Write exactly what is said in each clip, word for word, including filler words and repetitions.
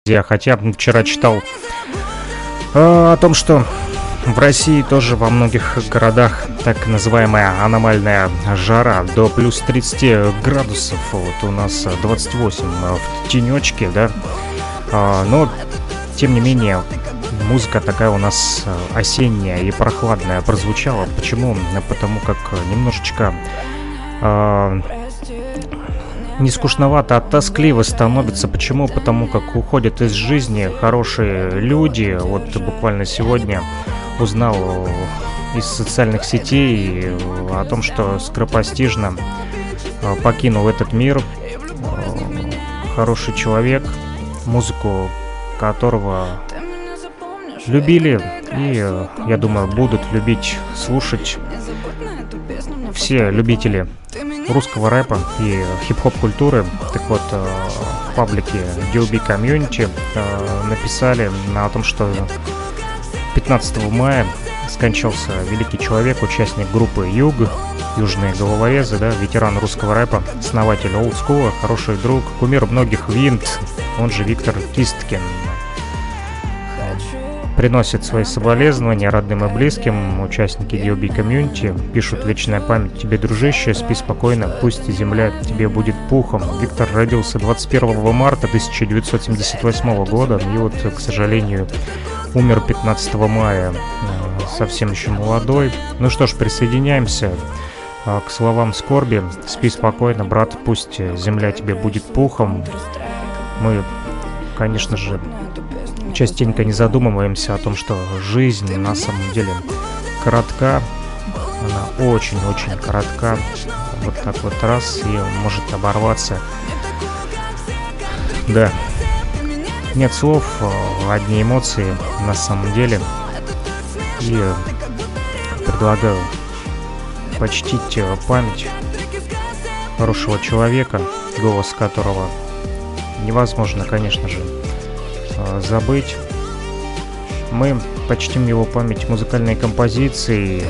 Хотя вчера читал э, о том, что в России тоже во многих городах так называемая аномальная жара до плюс тридцать градусов. Вот у нас двадцать восемь в тенечке, да. А, но, тем не менее, музыка такая у нас осенняя и прохладная прозвучала. Почему? Потому как немножечко э, не скучновато, а тоскливо становится. Почему? Потому как уходят из жизни хорошие люди. Вот буквально сегодня узнал из социальных сетей о том, что скоропостижно покинул этот мир хороший человек, музыку которого любили и, я думаю, будут любить, слушать все любители русского рэпа и хип-хоп культуры. Так вот, в паблике ди о би Community написали о том, что пятнадцатого мая скончался великий человек, участник группы Юг, Южные головорезы, да, ветеран русского рэпа, основатель олдскула, хороший друг, кумир многих Винт, он же Виктор Кисткин. Приносит свои соболезнования родным и близким. Участники ди о би Community пишут: вечная память тебе, дружище, спи спокойно, пусть земля тебе будет пухом. Виктор родился двадцать первого марта тысяча девятьсот семьдесят восьмого года и вот, к сожалению, умер пятнадцатого мая, совсем еще молодой. Ну что ж, присоединяемся к словам скорби. Спи спокойно, брат, пусть земля тебе будет пухом. Мы, конечно же, частенько не задумываемся о том, что жизнь на самом деле коротка. Она очень-очень коротка. Вот так вот раз и может оборваться. Да. Нет слов, одни эмоции на самом деле. И предлагаю почтить память хорошего человека, голос которого невозможно, конечно же, забыть. Мы почтим его память музыкальной композицией,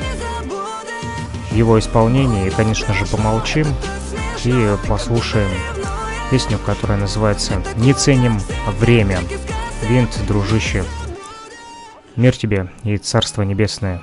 его исполнении и, конечно же, помолчим и послушаем песню, которая называется «Не ценим время». Винт, дружище, мир тебе и царство небесное.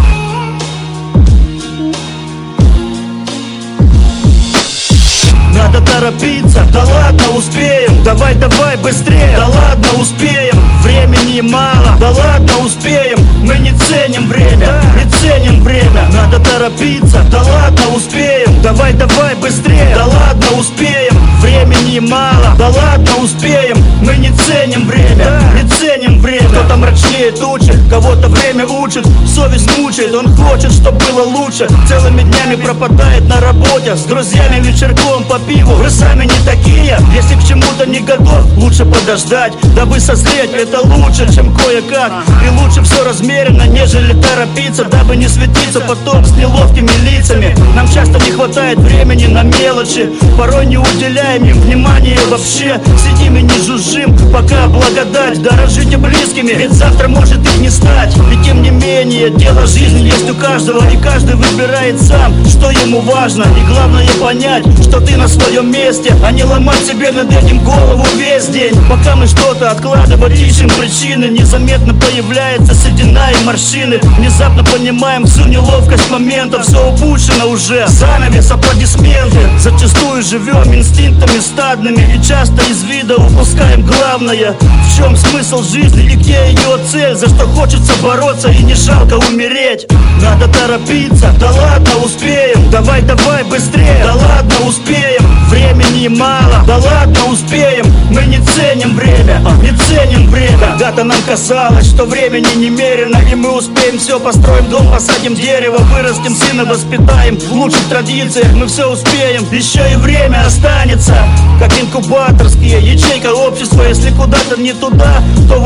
Надо торопиться, да ладно, успеем. Давай, давай, быстрее, да ладно, успеем. Времени мало, да ладно, успеем. Мы не ценим время, не ценим время. Надо торопиться, да ладно, успеем. Давай, давай, быстрее, да ладно, успеем. Времени мало, да ладно, успеем. Мы не ценим время, не ценим время. Кто-то мрачнее тучи, кого-то время учит, совесть мучает, он хочет, чтобы было лучше. Целыми днями пропадает на работе, с друзьями вечерком по пиву. Вы сами не такие, если к чему-то не готов, лучше подождать, дабы созреть. Это лучше, чем кое-как, и лучше все размеренно, нежели торопиться, дабы не светиться потом с неловкими лицами. Нам часто не хватает времени на мелочи, порой не уделяем им внимания вообще. Сидим и не жужжим, пока благодать. Дорожите близкими, ведь завтра может их не стать. И тем не менее, дело жизни есть у каждого, и каждый выбирает сам, что ему важно. И главное понять, что ты на своем месте, а не ломать себе над этим голову весь день. Пока мы что-то откладываем, ищем причины, незаметно появляется седина и морщины. Внезапно понимаем всю неловкость момента, все упущено уже, занавес, аплодисменты. Зачастую живем инстинктами стадными и часто из вида упускаем главное. В чем смысл жизни и где ее цель, за что хочется бороться и не жалко умереть. Надо торопиться, да ладно, успеем. Давай, давай, быстрее, да ладно, успеем. Времени мало, да ладно, успеем. Мы не ценим время, не ценим время. Когда-то нам казалось, что времени немерено, и мы успеем все, построим дом, посадим дерево, вырастим сына, воспитаем. В лучших традициях мы все успеем, еще и время останется, как инкубаторские ячейка общества. Если куда-то не туда, то в одиночку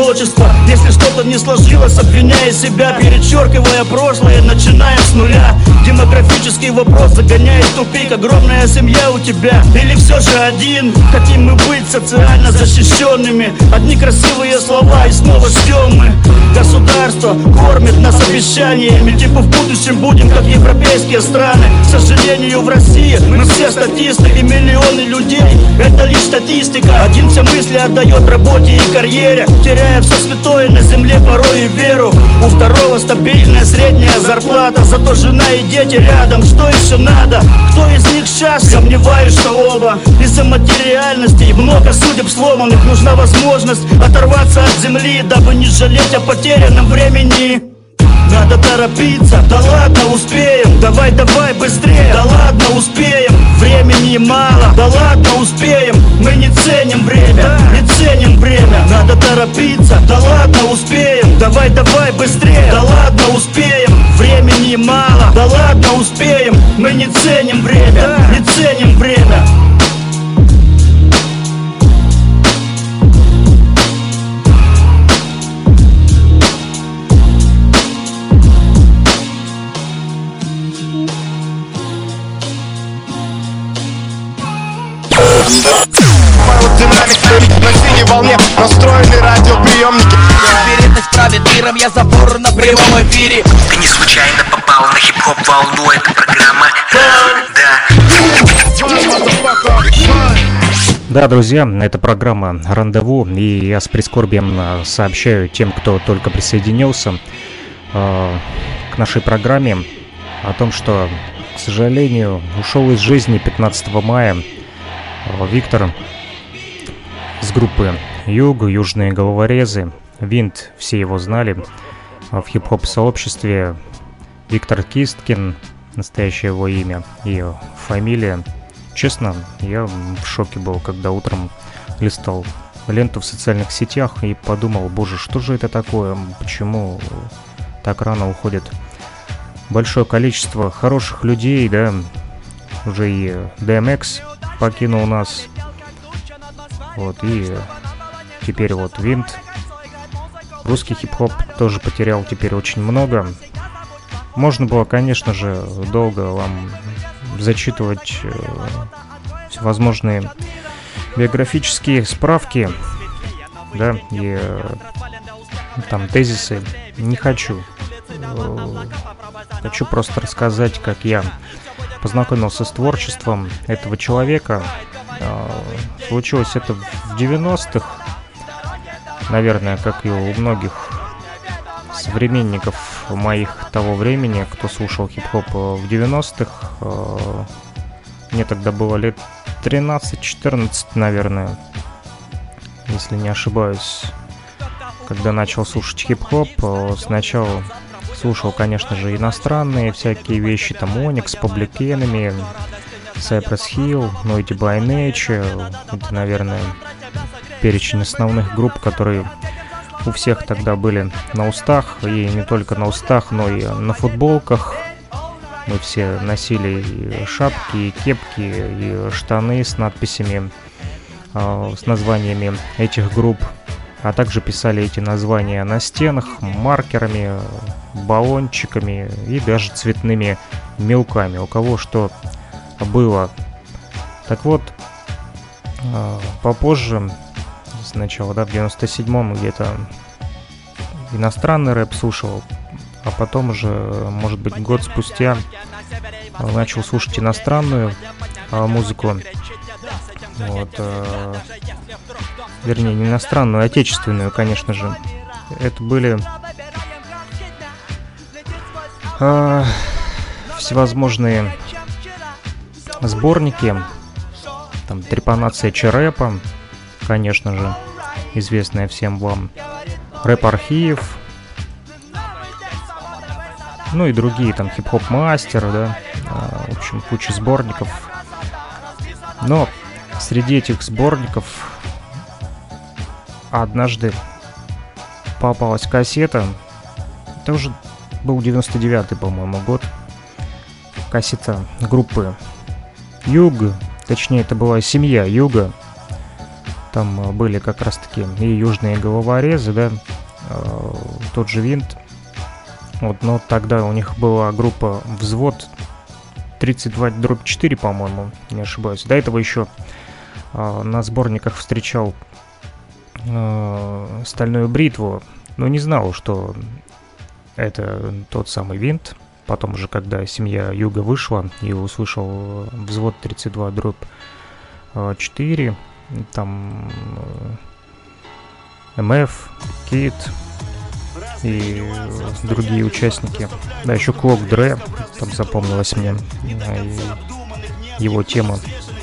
одиночества. Если что-то не сложилось, обвиняя себя, перечеркивая прошлое, начинаем с нуля. Демографический вопрос загоняет в тупик. Огромная семья у тебя или все же один? Хотим мы быть социально защищенными. Одни красивые слова и снова ждем мы. Государство кормит нас обещаниями, типа в будущем будем как европейские страны. К сожалению, в России мы все статисты, и миллионы людей — это лишь статистика. Один все мысли отдает работе и карьере, теряя все святое на земле, порой и веру. У второго стабильная средняя зарплата, зато жена и дети рядом. Что еще надо? Кто из них счастлив? Сомневаюсь, что оба. Из-за материальности много судеб сломанных. Нужна возможность оторваться от земли, дабы не жалеть о потерянном времени. Надо торопиться, да ладно, успеем. Давай, давай, быстрее, да ладно, успеем. Времени мало, да ладно, успеем. Мы не ценим время, не ценим время. Надо торопиться, да ладно, успеем. Давай, давай, быстрее, да ладно, успеем. Времени мало, да ладно, успеем. Мы не ценим время, не ценим время. На синей волне настроены радиоприемники. Вероятность правит миром, я забор на прямом эфире. Ты не случайно попал на хип-хоп волну, это программа. Да, друзья, это программа «Рандеву», и я с прискорбием сообщаю тем, кто только присоединился э, к нашей программе, о том, что, к сожалению, ушел из жизни пятнадцатого мая э, Виктор с группы «Юг», «Южные головорезы», «Винт», все его знали в хип-хоп сообществе. Виктор Кисткин, настоящее его имя и фамилия. Честно, я в шоке был, когда утром листал ленту в социальных сетях и подумал: боже, что же это такое, почему так рано уходит большое количество хороших людей, да, уже и ди эм экс покинул нас, вот, и теперь вот Винт. Русский хип-хоп тоже потерял теперь очень много. Можно было, конечно же, долго вам зачитывать э, всевозможные биографические справки, да, и э, там тезисы. Не хочу. Э, хочу просто рассказать, как я познакомился с творчеством этого человека. Э, случилось это в девяностых, наверное, как и у многих современников моих того времени, кто слушал хип-хоп в девяностых. Мне тогда было лет тринадцать-четырнадцать, наверное, если не ошибаюсь, когда начал слушать хип-хоп. Сначала слушал, конечно же, иностранные всякие вещи, там Onyx, Public Enemy, Cypress Hill, Noisy by Nature. Это, наверное, перечень основных групп, которые у всех тогда были на устах, и не только на устах, но и на футболках. Мы все носили и шапки, и кепки, и штаны с надписями, э, с названиями этих групп, а также писали эти названия на стенах маркерами, баллончиками и даже цветными мелками, у кого что было. Так вот, э, попозже, сначала, да, в девяносто седьмом где-то иностранный рэп слушал, а потом уже, может быть, год спустя начал слушать иностранную а, музыку. Вот, а, вернее, не иностранную, а отечественную, конечно же. Это были а, всевозможные сборники, там, трепанация Ч-рэпа, конечно же, известная всем вам, Рэп-архив, ну и другие, там, хип-хоп-мастер, да, а, в общем, куча сборников. Но среди этих сборников однажды попалась кассета, это уже был девяносто девятый, по-моему, год, кассета группы Юг, точнее, это была семья Юга. Там были как раз-таки и южные головорезы, да, тот же Винт. Вот, но тогда у них была группа «Взвод» тридцать два дробь четыре, по-моему, не ошибаюсь. До этого еще на сборниках встречал «Стальную бритву», но не знал, что это тот самый Винт. Потом уже, когда «Семья Юга» вышла и услышал «Взвод тридцать два дробь четыре», там эм эф, Кит и другие участники. Да, еще Клок Дре, там запомнилась мне его тема.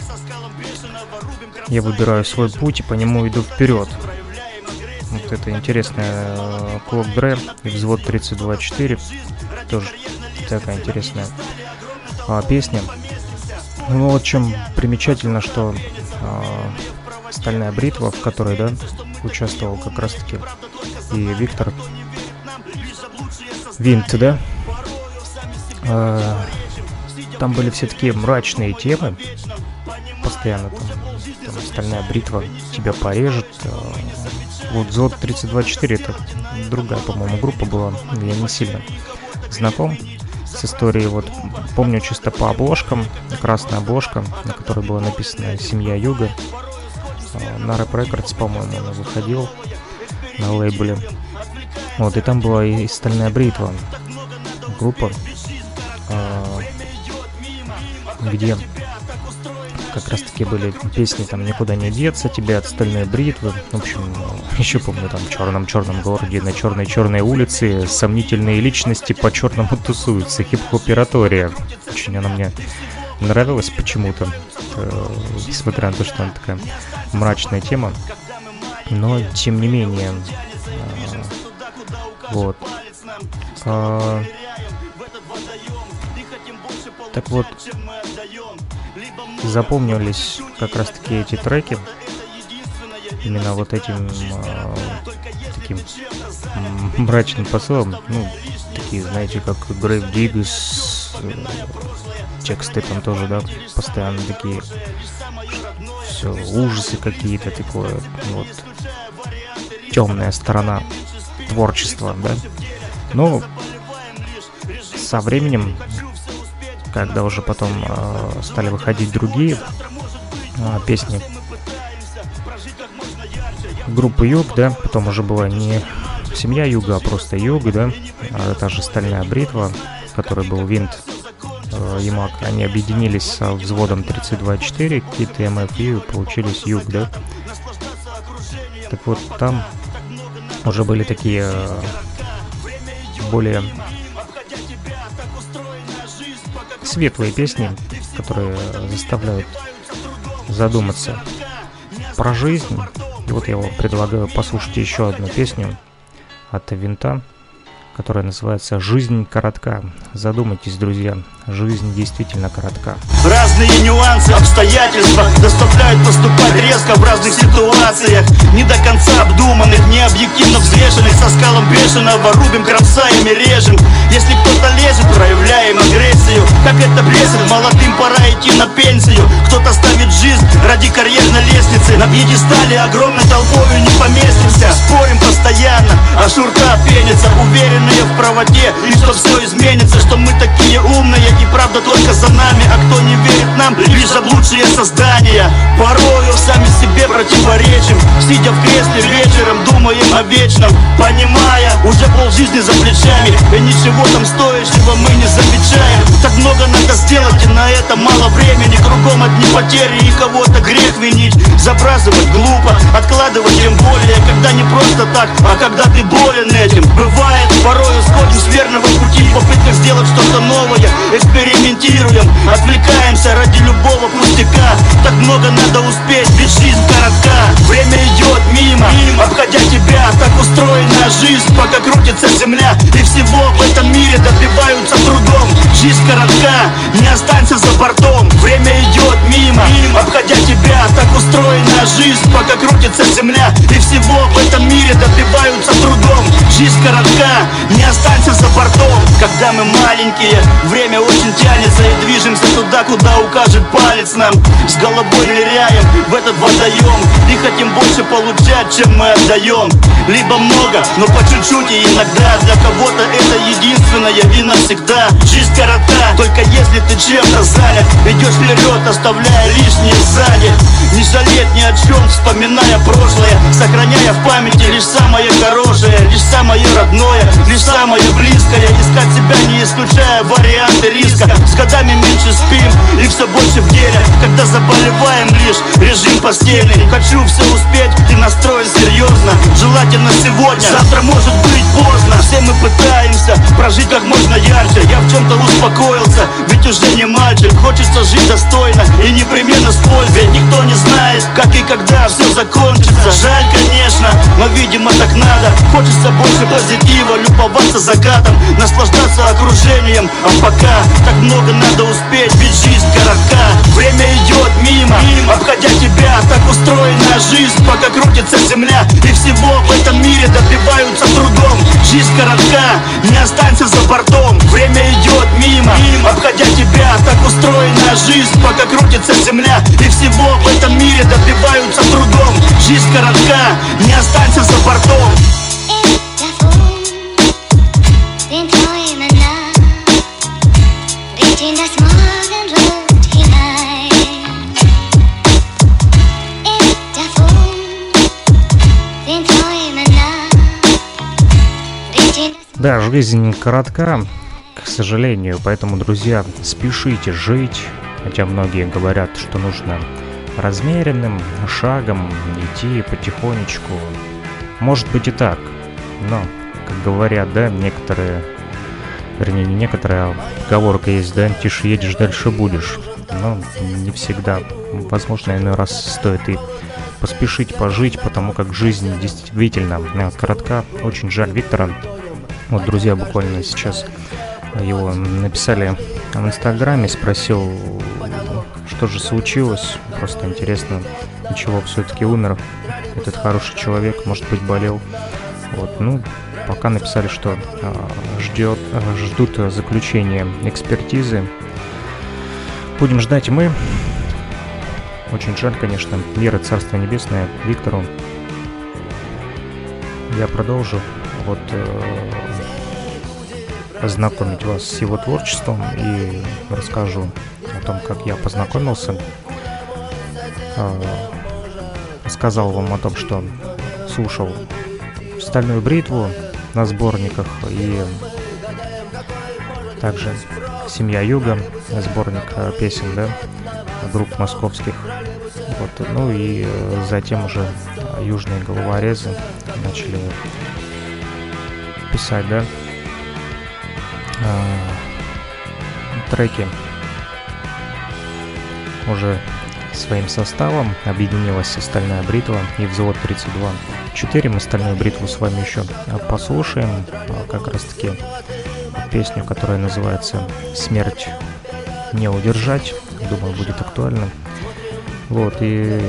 Я выбираю свой путь и по нему иду вперед. Вот это интересная Клок Дре и Взвод тридцать два четыре. Тоже такая интересная а, песня. Ну вот чем примечательно, что а, «Стальная бритва», в которой, да, участвовал как раз-таки и Виктор Винт, да, а, там были все такие мрачные темы. Постоянно там, там «Стальная бритва» тебя порежет. А, вот «Взвод тридцать два четыре» это другая, по-моему, группа была. Я не сильно знаком с историей. Вот помню чисто по обложкам. Красная обложка, на которой было написано «Семья Юга». На Рэп Рекордс, по-моему, он выходил на лейбле. Вот, и там была и «Стальная бритва» группа, где как раз-таки были песни там «Никуда не деться», «Тебе от стальной бритвы». В общем, еще помню там «В черном-черном городе», «На черной-черной улице», «Сомнительные личности по черному тусуются», «Хип-хопиратория». Очень она мне нравилась почему-то, э, несмотря на то, что она такая мрачная тема. Но, тем не менее, э, вот. Э, так вот, запомнились как раз-таки эти треки именно вот этим э, таким э, мрачным посылом. Ну, такие, знаете, как Grave Diggers, э, тексты там тоже, да, постоянно такие, все, ужасы какие-то, такое, вот, темная сторона творчества, да. Но со временем, когда уже потом э, стали выходить другие э, песни группы Юг, да, потом уже была не «Семья Юга», а просто Юг, да, а та же «Стальная бритва», в которой был Винт, э, Ямак, они объединились со «Взводом тридцать два четыре», Кит и эм эф, и получились Юг, да. Так вот, там уже были такие э, более светлые песни, которые заставляют задуматься про жизнь. И вот я вам предлагаю послушать еще одну песню от Винта, которая называется «Жизнь коротка». Задумайтесь, друзья, жизнь действительно коротка. Разные нюансы, обстоятельства заставляют поступать резко в разных ситуациях, не до конца обдуманных, не объективно взвешенных. Со скалом бешеного рубим, кромсаем и режем. Если кто-то лезет, проявляем агрессию. Как это блесет, молодым пора идти на пенсию. Кто-то ставит жизнь ради карьерной лестницы. На пьедестале огромной толпою не поместимся. Спорим постоянно, а шурка пенится, уверенные в правоте, и что все изменится, что мы такие умные, и правда только за нами. А кто не верит нам, лишь заблудшие создания. Порою сами себе противоречим, сидя в кресле вечером, думаем о вечном, понимая, уже полжизни за плечами, и ничего там стоящего мы не замечаем. Так много надо сделать, и на это мало времени. Кругом одни потери, и кого-то грех винить. Забрасывать глупо, откладывать тем более, когда не просто так, а когда ты болен этим. Бывает, порою сходим с верного пути в попытках сделать что-то новое. Экспериментируем, отвлекаемся ради любого пустяка. Так много надо успеть, ведь жизнь коротка. Время идет мимо, обходя тебя. Так устроена жизнь, пока крутится земля. И всего в этом мире добиваются трудом. Жизнь коротка, не останься за бортом. Время идет мимо, обходя тебя. Так устроена жизнь, пока крутится земля. И всего в этом мире добиваются трудом. Жизнь коротка, не останься за бортом. Когда мы маленькие, время очень тянется, и движемся туда, куда укажет палец нам. С головой ныряем в этот водоем и хотим больше получать, чем мы отдаем. Либо много, но по чуть-чуть и иногда. Для кого-то это единственное и навсегда. Жизнь коротка, только если ты чем-то занят. Идешь вперед, оставляя лишнее сзади. Не жалеть ни о чем, вспоминая прошлое, сохраняя в памяти лишь самое хорошее, лишь самое родное, лишь самое близкое. Искать себя, не исключая варианты риска. С годами меньше спим и все больше в деле. Когда заболеваем лишь режим постельный. Хочу все успеть и настроен серьезно. Желательно сегодня, завтра может быть поздно. Все мы пытаемся прожить как можно ярче. Я в чем-то успокоился, ведь уже не мальчик. Хочется жить достойно и непременно с пользой. Ведь никто не знает, как и когда все закончится. Жаль, конечно, но видимо так надо. Хочется больше позитива, любоваться закатом, наслаждаться окружением. А пока так много надо успеть, ведь жизнь коротка. Время идет мимо, обходя тебя. Так устроена жизнь, пока крутится земля. И всего в этом мире добиваются трудом. Жизнь коротка, не останься за бортом. Время идет мимо, обходя тебя. Так устроена жизнь, пока крутится земля. И всего в этом мире добиваются трудом. Жизнь коротка, не останься за бортом. Да, жизнь коротка, к сожалению, поэтому, друзья, спешите жить, хотя многие говорят, что нужно размеренным шагом идти потихонечку. Может быть и так, но, как говорят, да, некоторые, вернее, не некоторые, а поговорка есть, да, тише едешь, дальше будешь. Но не всегда. Возможно, иной раз стоит и поспешить пожить, потому как жизнь действительно коротка. Очень жаль Виктора. Вот, друзья, буквально сейчас его написали в Инстаграме, спросил, что же случилось. Просто интересно, ничего, все-таки умер этот хороший человек, может быть, болел. Вот, ну, пока написали, что а, ждет, а, ждут заключения экспертизы. Будем ждать и мы. Очень жаль, конечно. Мир и Царство Небесное Виктору. Я продолжу. Вот э, познакомить вас с его творчеством и расскажу о том, как я познакомился. Э, рассказал вам о том, что слушал «Стальную бритву» на сборниках и также «Семья Юга», сборник песен, да, групп московских. Вот, ну и затем уже южные головорезы начали писать, да, треки уже своим составом. Объединилась «Стальная бритва» и «Взвод тридцать два четыре». Мы «Стальную бритву» с вами еще послушаем, как раз таки песню, которая называется «Смерть не удержать». Думаю, будет актуально. Вот, и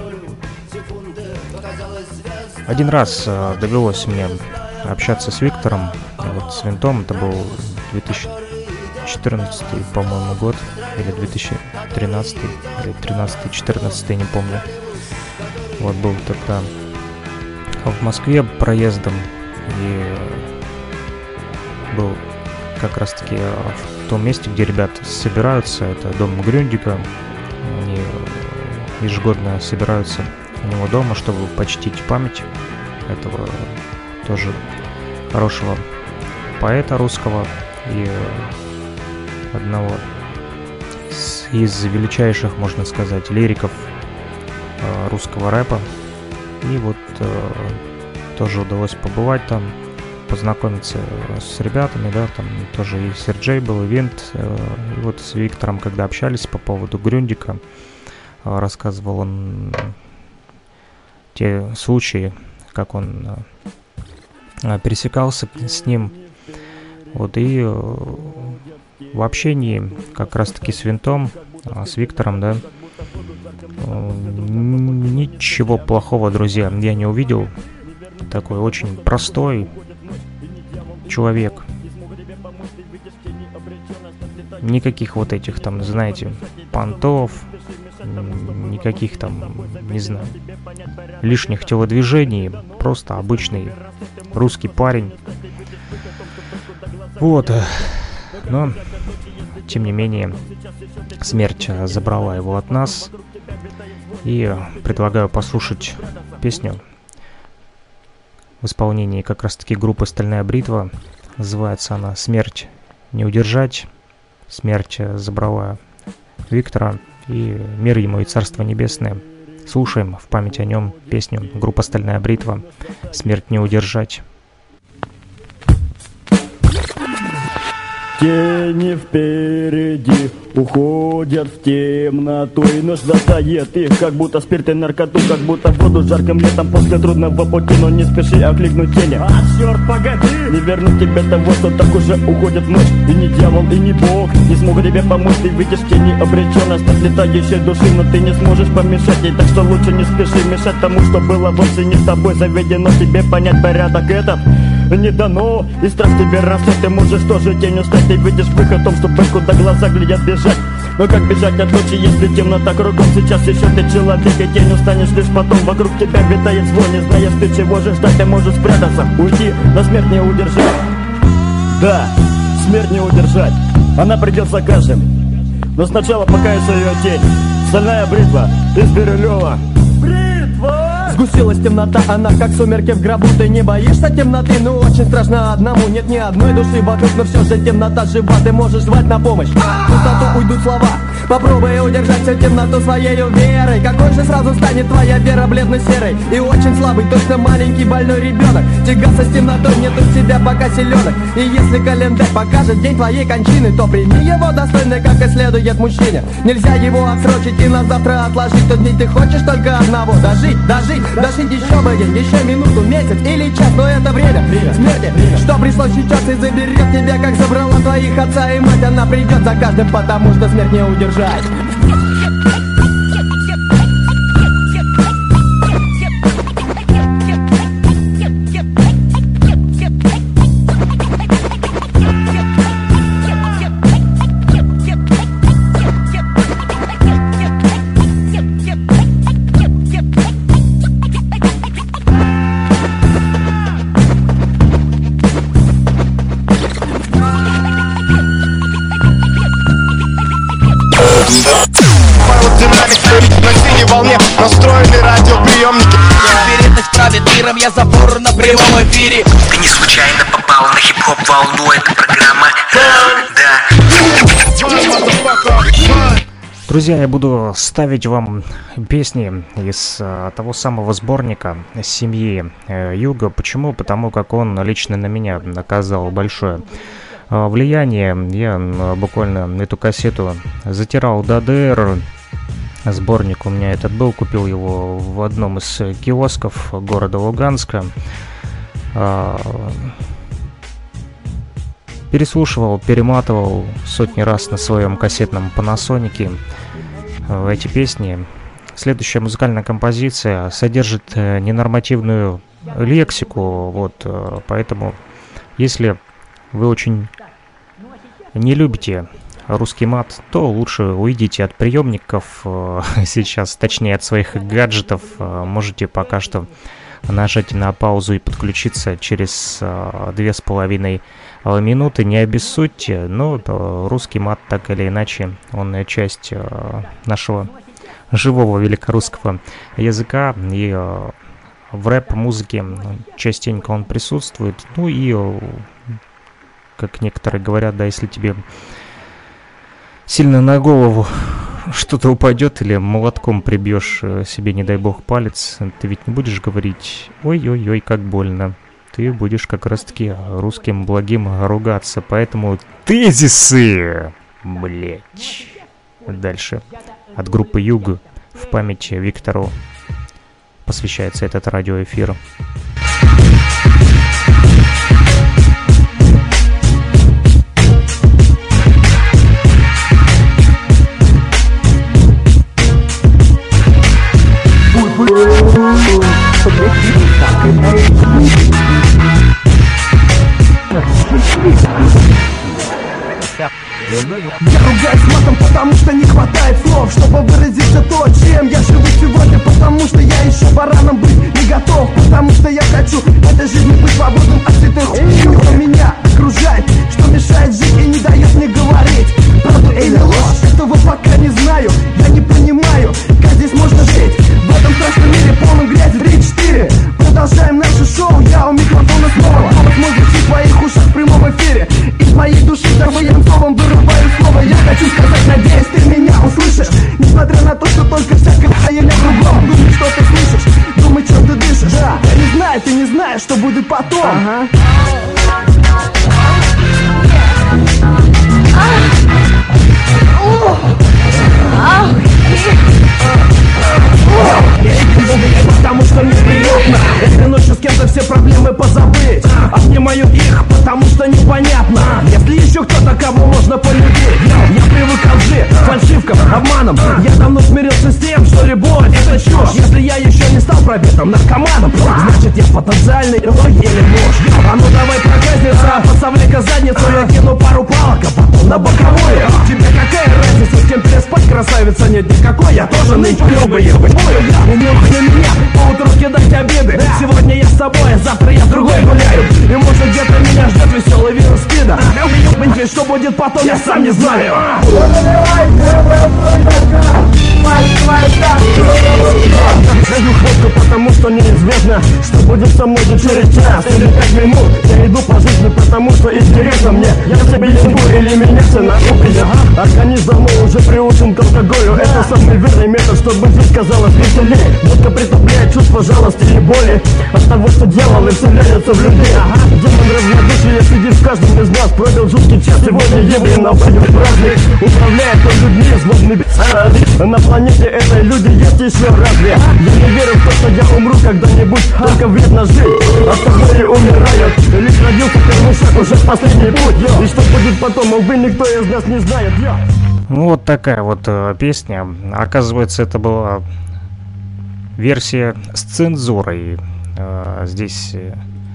один раз довелось мне общаться с Виктором, вот с Винтом. Это был две тысячи четырнадцатый, по-моему, год, или две тысячи тринадцатый, или тринадцатый, четырнадцатый, не помню. Вот, был тогда в Москве проездом, и был как раз-таки в том месте, где ребята собираются. Это дом Грюндика. Они ежегодно собираются у него дома, чтобы почтить память этого тоже хорошего поэта русского и одного из величайших, можно сказать, лириков русского рэпа. И вот тоже удалось побывать там, познакомиться с ребятами, да, там тоже и Серджей был, и Винт. И вот с Виктором, когда общались по поводу Грюндика, рассказывал он те случаи, как он пересекался с ним. Вот, и в общении как раз-таки с Винтом, с Виктором, да, ничего плохого, друзья, я не увидел. Такой очень простой, человек. Никаких вот этих там, знаете, понтов, никаких там, не знаю, лишних телодвижений. Просто обычный русский парень. Вот. Но, тем не менее, смерть забрала его от нас. И предлагаю послушать песню в исполнении как раз-таки группы «Стальная бритва». Называется она «Смерть не удержать». Смерть забрала Виктора, и мир ему и царство небесное. Слушаем в память о нем песню группа «Стальная бритва» «Смерть не удержать». Тени впереди уходят в темноту, и ночь достает их, как будто спирт и наркоту, как будто воду жарким летом после трудного пути. Но не спеши окликнуть тени. А, черт, погоди! Не вернуть тебе того, что так уже уходит в ночь. И не дьявол, и не бог не смогут тебе помочь. Ты видишь в тени обреченность от летающей души, но ты не сможешь помешать ей, так что лучше не спеши мешать тому, что было вовсе не с тобой заведено. Тебе понять порядок этот не дано, и страх тебе растет. Ты можешь тоже тенью стать. Ты видишь выход в том, чтобы куда глаза глядят бежать. Но как бежать от ночи, если темнота кругом? Сейчас еще ты человек, и тенью станешь лишь потом. Вокруг тебя витает зло, не знаешь ты чего же ждать. Ты можешь спрятаться, уйти, но смерть не удержать. Да, смерть не удержать, она придет за каждым. Но сначала покаяться ее тень. Стальная бритва из Бирюлева. Сгустилась темнота, она как сумерки в гробу. Ты не боишься темноты, но очень страшно одному. Нет ни одной души вокруг, но все же темнота жива. Ты можешь звать на помощь, в пустоту уйдут слова. Попробуй удержать всю темноту своей верой. Какой же сразу станет твоя вера бледно-серой и очень слабый, точно маленький больной ребенок. Тягаться с темнотой нет у тебя пока силенок. И если календарь покажет день твоей кончины, то прими его достойно, как и следует мужчине. Нельзя его отсрочить и на завтра отложить. Тот день ты хочешь только одного: дожить, дожить, дожить еще бы день, еще минуту, месяц или час. Но это время, время смерти, время, что пришло сейчас и заберет тебя, как забрала твоих отца и мать. Она придет за каждым, потому что смерть не удержать. На синей волне настроены радиоприемники. Вероятность правит миром, я забор на прямом эфире. Ты не случайно попал на хип-хоп волну. Это программа «Да». Друзья, я буду ставить вам песни из а, того самого сборника семьи э, Юга. Почему? Потому как он лично на меня оказал большое а, влияние. Я а, буквально эту кассету затирал до дыр. Сборник у меня этот был, купил его в одном из киосков города Луганска. Переслушивал, перематывал сотни раз на своем кассетном Panasonic эти песни. Следующая музыкальная композиция содержит ненормативную лексику, вот, поэтому если вы очень не любите русский мат, то лучше уйдите от приемников сейчас, точнее от своих гаджетов. Можете пока что нажать на паузу и подключиться через две с половиной минуты. Не обессудьте, но русский мат так или иначе, он часть нашего живого великорусского языка, и в рэп-музыке частенько он присутствует. Ну и, как некоторые говорят, да, если тебе сильно на голову что-то упадет или молотком прибьешь себе, не дай бог, палец, ты ведь не будешь говорить «ой-ой-ой, как больно». Ты будешь как раз-таки русским благим ругаться. Поэтому тезисы, блять. Дальше от группы Юг в память Виктору посвящается этот радиоэфир. Так, Я ругаюсь матом, потому что не хватает слов, чтобы выразиться то, чем я живу сегодня. Потому что я еще бараном быть не готов. Потому что я хочу в этой жизни быть свободным от этой хуйни, что меня окружает, что мешает жить и не дает мне говорить правду или ложь. Этого пока не знаю, я не понимаю, как здесь можно жить в этом страшном мире, полном грязи. Три-четыре, продолжаем наше шоу, я у микрофона снова. Голос мой звучит в твоих ушах в прямом эфире. Из моей души здоровым словом вырываю слово. Я хочу сказать, надеюсь, ты меня услышишь. Несмотря на то, что только всякая хаерня кругом. Думай, что ты слышишь, думай, чем ты дышишь. Да, я не знаю, ты не знаешь, что будет потом. Ага. Потому что мне приятно этой ночью с кем-то все проблемы позабыть. Обнимаю их, потому что непонятно, если еще кто-то, кого можно полюбить. Я привык к лжи, фальшивкам, обманам. Я давно смирился с тем, что любовь это чушь. Если я еще не стал пробитым наркоманом, значит я потенциальный или муж. А ну давай проказница, подставляй-ка задницу. Я кину пару палок, а потом на боковую. Тебе какая разница, с кем переспать, красавица, нет никакой. Я тоже нынче люблю ебать. Умеешь на меня поутру кидать обиды. Сегодня я с тобой, а завтра я с другой гуляю. И может где-то меня ждет веселый вирус спида. Что будет потом, я сам не знаю. Даю хвостку, потому что неизвестно, что будет со мной через час или пять минут. Я иду по жизни, потому что интересно мне. Я себе ебу или меня все на кухне. Организм давно уже приучен к алкоголю. Это самый верный метод, чтобы жизнь казалась веселее. Водка притупляет чувство жалости и боли от того, что делал и вселяется в людей. Демон равнодушия сидит в каждом из нас. Провел жуткий час, сегодня евреи на пойдет праздник. Управляет он людьми, злобный бессарады. На планете этой люди есть еще разве? Я не верю в то, что я умру когда-нибудь. Только вредно жить, остальные умирают. Лишь родился первый шаг, уже последний путь. И что будет потом, увы, никто из нас не знает. Ну вот такая вот э, песня. Оказывается, это была версия с цензурой. Э, здесь э,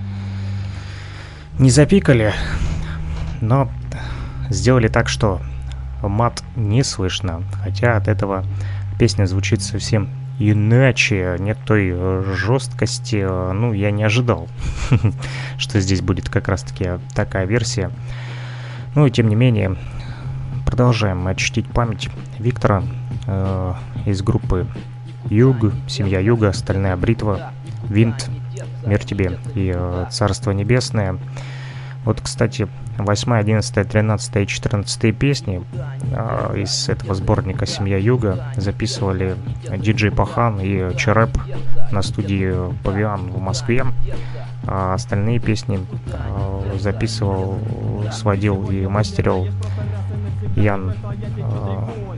не запикали, но сделали так, что мат не слышно. Хотя от этого песня звучит совсем иначе. Нет той жесткости. Ну, я не ожидал, что здесь будет как раз-таки такая версия. Ну и тем не менее, продолжаем очтить память Виктора э, из группы Юг, семья Юга, Стальная бритва, Винт, Мир тебе и э, Царство небесное. Вот, кстати, восьмая, одиннадцатая, тринадцатая и четырнадцатая песни э, из этого сборника «Семья Юга» записывали диджей Пахан и Череп на студии Павиан в Москве. А остальные песни э, записывал, сводил и мастерил Ян э,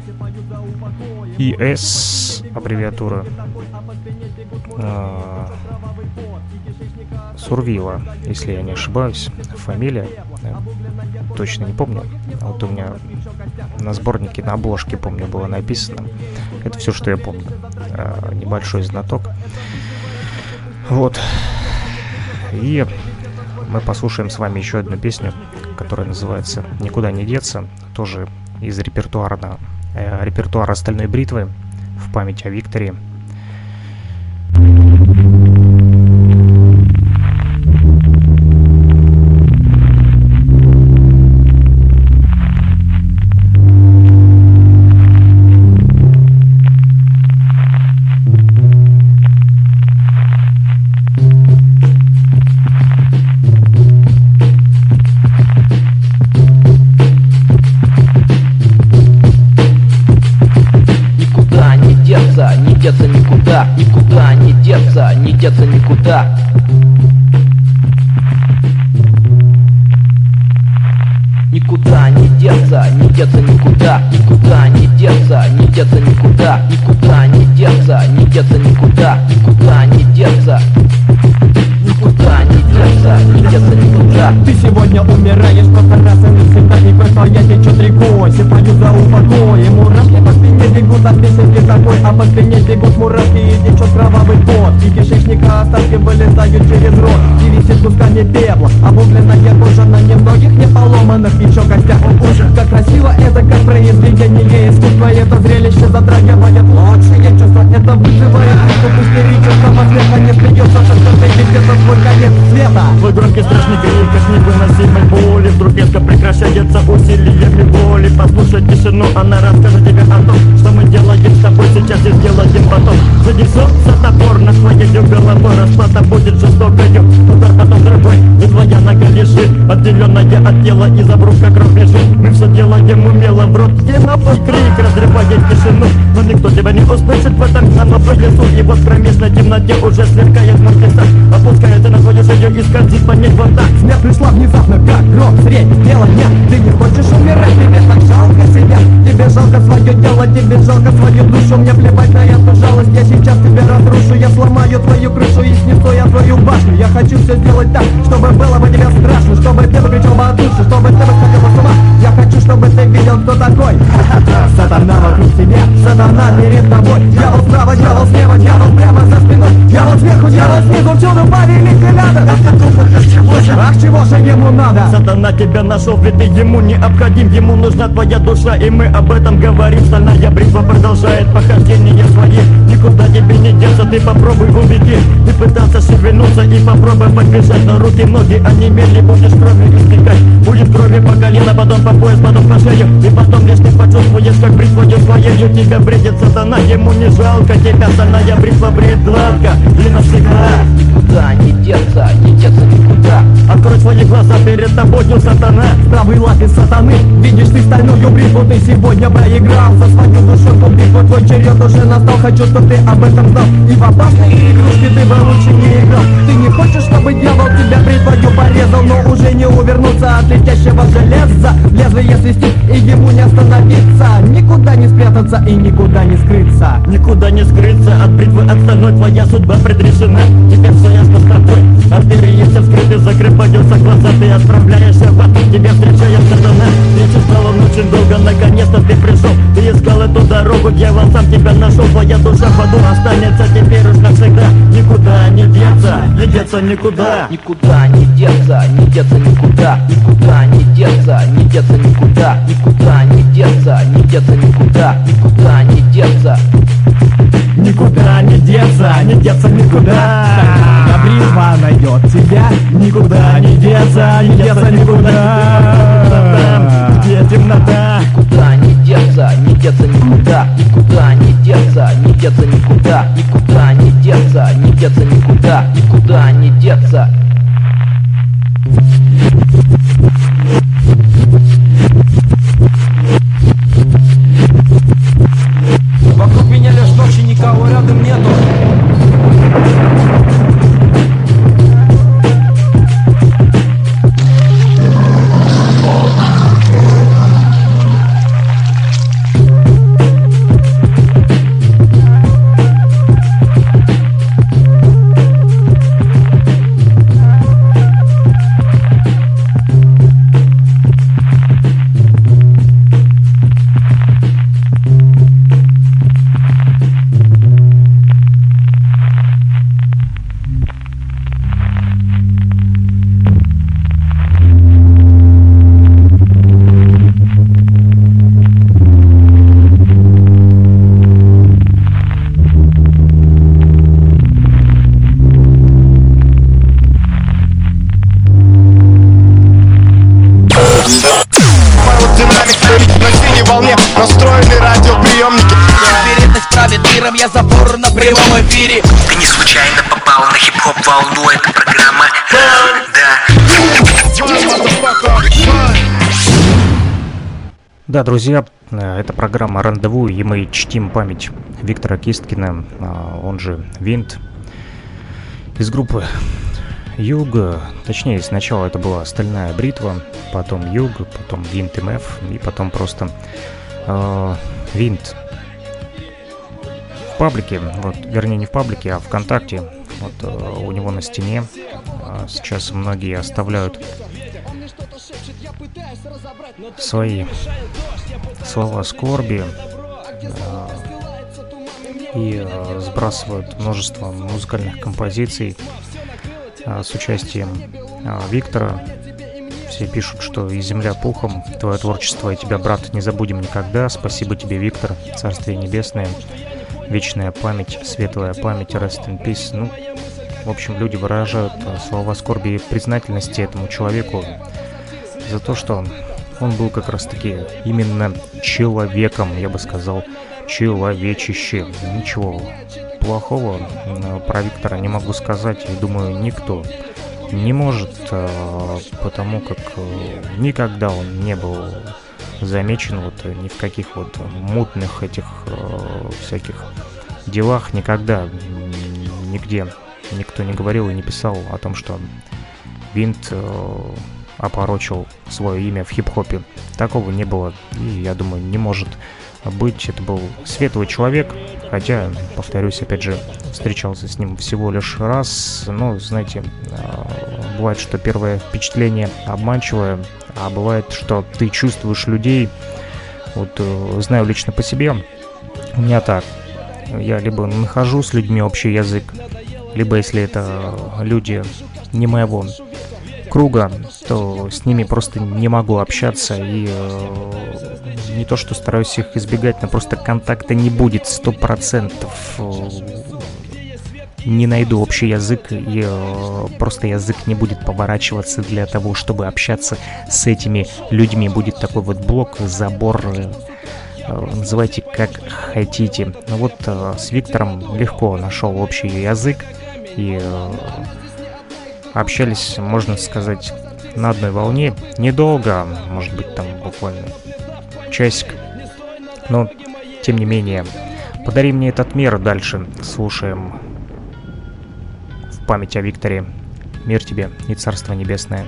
ИС, аббревиатура э, Сурвила, если я не ошибаюсь, фамилия, точно не помню. Вот у меня на сборнике, на обложке, помню, было написано. Это все, что я помню. Э, небольшой знаток. Вот. И мы послушаем с вами еще одну песню, которая называется «Никуда не деться», тоже из репертуара, э, репертуара «Стальной бритвы» в память о Викторе. Никуда не деться, не деться никуда. Никуда не деться, не деться никуда. Никуда не деться, не деться никуда. Никуда не деться, не деться никуда. Никуда не деться. Никуда не деться, не деться никуда. Ты сегодня умираешь, просто раз и навсегда. Не просто я течет рекой, сипаю за упокой. Мурашки по спине бегут от песенки такой, а по спине бегут мурашки и течет кровавый пот. И кишечника остатки вылезают через рот, и висит кусками пепла обугленная кожа на немногих не поломанных еще костях. Ужас, как красиво это, как произведение искусства. Это зрелище затрагивает лучшие чувства. Это вызывает приступ истерического смеха. Не смеется, что ты пиздец, свой конец света. Твой громкий страшный крик от невыносимой боли вдруг резко прекращается усилиями воли. Послушай тишину, она расскажет тебе о том, что мы делаем с тобой сейчас и сделаем потом. Занесется топор на твоей головой, расплата будет жестокою. Удар потом другой, и твоя нога лежит отделенная от тела, из обрубка кровь лежит. Мы все делаем умело, в рот единовой крик разрывает тишину, но никто тебя не услышит в этом гномовой лесу. И вот в кромешной темноте уже сверкает моркеса, опускается на твою шею и скользит по ней вот так. Смерть пришла внезапно, как гром средь бела дня. Ты не хочешь умирать, тебе так жалко себя. Тебе жалко свое тело, тебе жалко свою душу. Мне плевать на эту жалость, я сейчас тебя разрушу. Я сломаю твою крышу и снесу я твою башню. Я хочу все сделать так, чтобы было бы тебе страшно, чтобы ты выкричал бы от души, чтобы ты выходил с ума. Я хочу, чтобы ты видел, кто такой. Сатана вокруг тебя, сатана перед тобой. Дьявол справа, дьявол слева, дьявол прямо за спиной. Дьявол сверху, дьявол снизу, всюду повелитель надо. Ах, чего же ему надо? Сатана тебя нашел, ведь ты ему необходим. Ему нужна твоя душа, и мы об этом говорим. Стальная бритва продолжает похождение свои. Никуда тебе не деться, ты попробуй уведи. Ты пытался шевельнуться и попробуй подбежать, но руки, ноги онемели, будешь кровью истекать. Будет крови по колено, потом по пояс, потом по шею. И потом лишь ты почувствуешь, как бритвою своею тебя бредит сатана. Ему не жалко тебя, стальная бритва бреет гладко и навсегда. Никуда не деться, не деться никуда. Открой свои глаза, перед тобою сатана. В правой лапе сатаны видишь ты стальную бритву. Ты сегодня проиграл за свою душонку битву. Твой черед уже настал, хочу, чтоб ты об этом знал. И в опасные игрушки ты бы лучше не играл. Ты не хочешь, чтобы дьявол тебя бритвою порезал, но уже не увернуться от летящего железа. Лезвие свистит, и ему не остановиться. Никуда не спрятаться и никуда не скрыться. Никуда не скрыться от бритвы, от стальной твоя судьба предрешена. Теперь все ясно с тобой, артерии все вскрыты, закрываются глаза. Ты отправляешься в ад, тебя встречает сатана. Встречу стал он очень долго, наконец-то ты пришел. Ты искал эту дорогу, дьявол сам тебя нашел. Твоя душа в аду останется теперь уж навсегда. Никуда не деться, не деться никуда. Никуда не деться, не деться никуда. Никуда не деться, не деться никуда. Никуда не деться, не деться никуда. Никуда не деться. Никуда не деться, не деться никуда. Стальная бритва найдет тебя. Никуда не деться, не деться никуда. Где темнота? Никуда не деться, не деться никуда. Никуда не деться, не деться никуда. Никуда не деться, не деться никуда. Никуда не деться. Вокруг меня лишь ночи, никого рядом нету. Я забор на прямом эфире. Ты не случайно попал на хип-хоп волну. Это программа Да. Да, друзья, это программа «Рандеву», и мы чтим память Виктора Кисткина, он же Винт, из группы Юг. Точнее, сначала это была «Стальная бритва», потом Юг, потом Винт эм эф, и потом просто э, Винт. В паблике, вот, вернее не в паблике, а ВКонтакте, вот э, у него на стене э, сейчас многие оставляют свои слова скорби, э, и э, сбрасывают множество музыкальных композиций э, с участием э, Виктора. Все пишут, что и земля пухом, твое творчество и тебя, брат, не забудем никогда. Спасибо тебе, Виктор, Царствие Небесное, вечная память, светлая память, rest in peace. Ну, в общем, люди выражают слова скорби и признательности этому человеку за то, что он был как раз-таки именно человеком, я бы сказал, человечище. Ничего плохого про Виктора не могу сказать, и думаю, никто не может, потому как никогда он не был замечен вот ни в каких вот мутных этих всяких делах, никогда нигде никто не говорил и не писал о том, что Винт опорочил свое имя в хип-хопе. Такого не было и, я думаю, не может быть. Это был светлый человек, хотя, повторюсь, опять же, встречался с ним всего лишь раз. Но, знаете, бывает, что первое впечатление обманчивое, а бывает, что ты чувствуешь людей. Вот знаю лично по себе, у меня так. Я либо нахожу с людьми общий язык, либо, если это люди не моего круга, то с ними просто не могу общаться. И э, не то, что стараюсь их избегать, но просто контакта не будет сто процентов. Не найду общий язык, и э, просто язык не будет поворачиваться для того, чтобы общаться с этими людьми. Будет такой вот блок, забор, э, называйте как хотите. Но вот э, с Виктором легко нашел общий язык, и э, общались, можно сказать, на одной волне. Недолго, может быть, там буквально часик, но тем не менее. Подари мне этот мир. Дальше слушаем в память о Викторе. Мир тебе и Царство Небесное.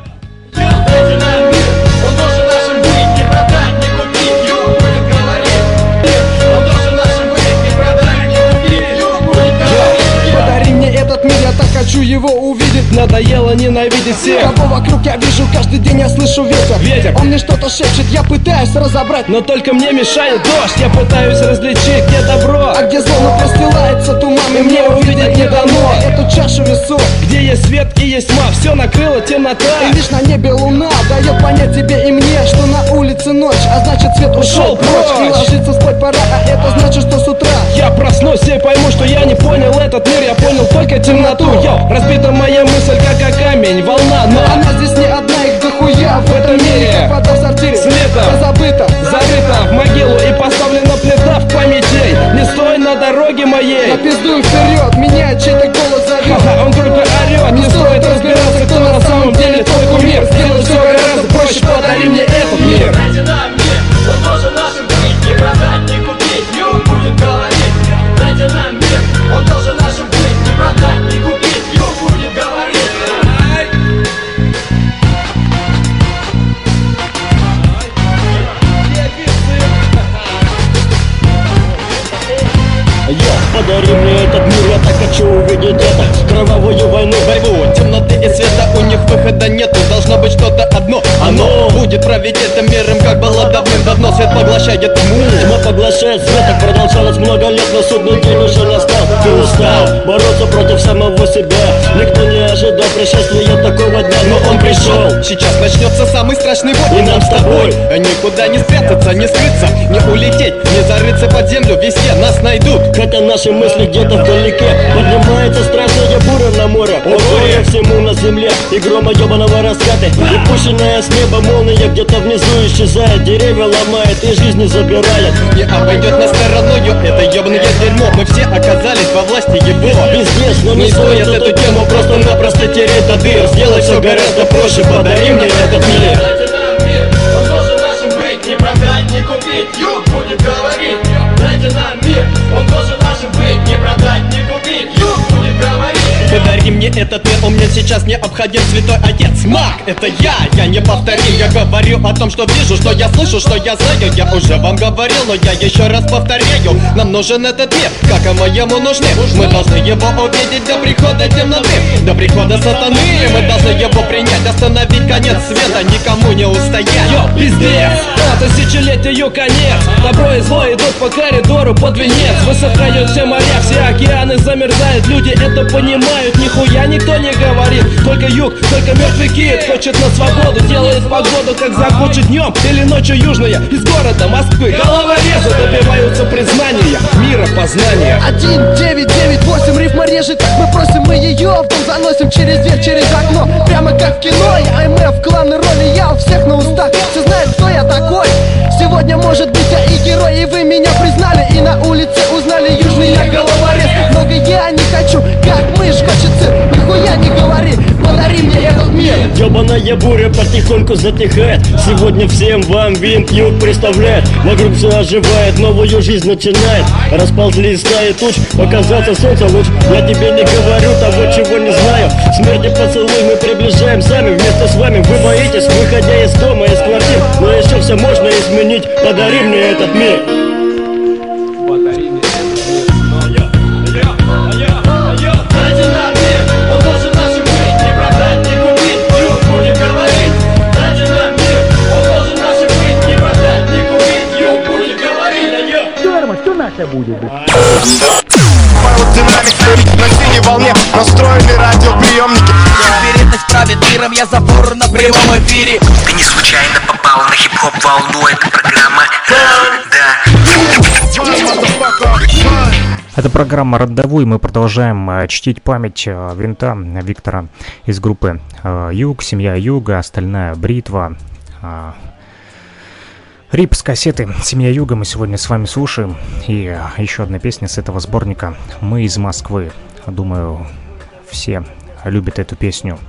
Подари мне этот мир, я так хочу его увидеть. Надоело ненавидеть всех. Кого вокруг я вижу, каждый день я слышу ветер. Ветер. Он мне что-то шепчет, я пытаюсь разобрать, но только мне мешает дождь. Я пытаюсь различить, где добро, а где зло, но простилается туман, и мне увидеть не дано эту чашу весов, где есть свет и есть тьма, все накрыла темнота. И лишь на небе луна дает понять тебе и мне, что на улице ночь, а значит свет ушел прочь. И ложиться спать пора, а это значит, что с утра я проснусь и пойму, что я не понял этот мир. Я понял только темноту. Йо, разбита моя мысль, как о камень, волна, но она здесь не одна, их дохуя в этом мире, как вода в сортире, слета, позабыта, зарыта в могилу и поставлена плита в памятей. Не стой на дороге моей, напиздуем вперед, меня чей-то голос зовет. Ха-ха, он громко орет, не стоит разбираться, кто на самом деле твой кумир. Сделай все гораздо проще, подари мне этот мир. Дайте нам мир, он должен нашим быть, не продать, не купить, Юг будет говорить. Дайте нам мир, он должен нашим быть, не продать, не купить, Юг будет говорить. Подари мне этот мир, я так хочу увидеть это. Кровавую войну, борьбу, темноты и света, у них выхода нету. Должно быть что-то одно, оно будет править этим миром, как было давным-давно. Свет поглощает тьму, тьма поглощает свет. Так продолжалось много лет, но судный день уже настал. Ты устал бороться против самого себя. Никто не ожидал пришествия такого дня, но он пришел. Сейчас начнется самый страшный бой, и нам с тобой никуда не спрятаться, не скрыться, не улететь, не зарыться под землю. Везде нас найдут, хотя наши мысли где-то вдалеке. Поднимается страшная буря на море, ударя всему на земле, и грома ебаного раскаты. И пущенная с неба молния где-то внизу исчезает, деревья ломает и жизни забирает. Не обойдет нас стороною это ебаное дерьмо. Мы все оказались во власти его. Пиздец, но не, не стоит эту тему просто-напросто тереть до дыр. Сделай все гораздо проще, подари мне этот мир. Дайте нам мир, он должен нашим быть, не продать, не купить, Юг будет говорить. Дайте нам мир, он должен нашим быть, не продать, не купить, Юг будет говорить. Подари мне этот мир, он мне сейчас необходим, святой отец. Маг, это я, я не повторим. Я говорю о том, что вижу, что я слышу, что я знаю. Я уже вам говорил, но я еще раз повторяю. Нам нужен этот мир, как и моему нужны. Мы должны его увидеть до прихода темноты, до прихода сатаны. Мы должны его принять, остановить конец света, никому не устоять. Йо, пиздец, а тысячелетию конец. Добро и зло идут по коридору под венец. Высыхают все моря, все океаны замерзают. Люди это понимают, нихуя никто не говорит. Только юг, только мертвый кит хочет на свободу. Делает погоду, как закончит днем или ночью южная. Из города Москвы головорезы добиваются признания, мира, познания. Один, девять, девять, восемь, рифма режет, так мы просим, мы ее в дом заносим через дверь, через окно. Прямо как в кино, я АМФ в главной роли, я у всех на устах. Все знают, кто я такой. Сегодня, может быть, я и герой, и вы меня признали, и на улице узнали, южный я головорез. Много я не хочу, как мышь хочется, нихуя не говори, подари мне этот мир. Ёбаная буря потихоньку затихает. Сегодня всем вам винт юг представляет. Вокруг все оживает, новую жизнь начинает. Расползлись стаи туч, показался солнце луч. Я тебе не говорю того, чего не знаю. Смерти поцелуй мы приближаем сами вместе с вами. Вы боитесь, выходя из дома, из квартир. Но еще все можно изменить, подари мне этот мир. Подари мне этот мир. Но я, я, я, я, дайте нам мир. Он должен нашим быть, не продать, не купить. Юг будет говорить. Дайте нам мир. Он должен нашим быть, не продать, не купить. Юг будет говорить. Что, что наше будет? Динамик на синей волне настроены радиоприемники. Вероятность правит миром, я забор на прямом эфире. Ты не случайно попал на хип-хоп волну, это программа Да. Это программа «Родовой». Мы продолжаем э, чтить память э, Винта Виктора из группы э, Юг, семья Юга, остальная бритва. Э, Рип с кассеты «Семья Юга» мы сегодня с вами слушаем. И э, еще одна песня с этого сборника «Мы из Москвы». Думаю, все любят эту песню.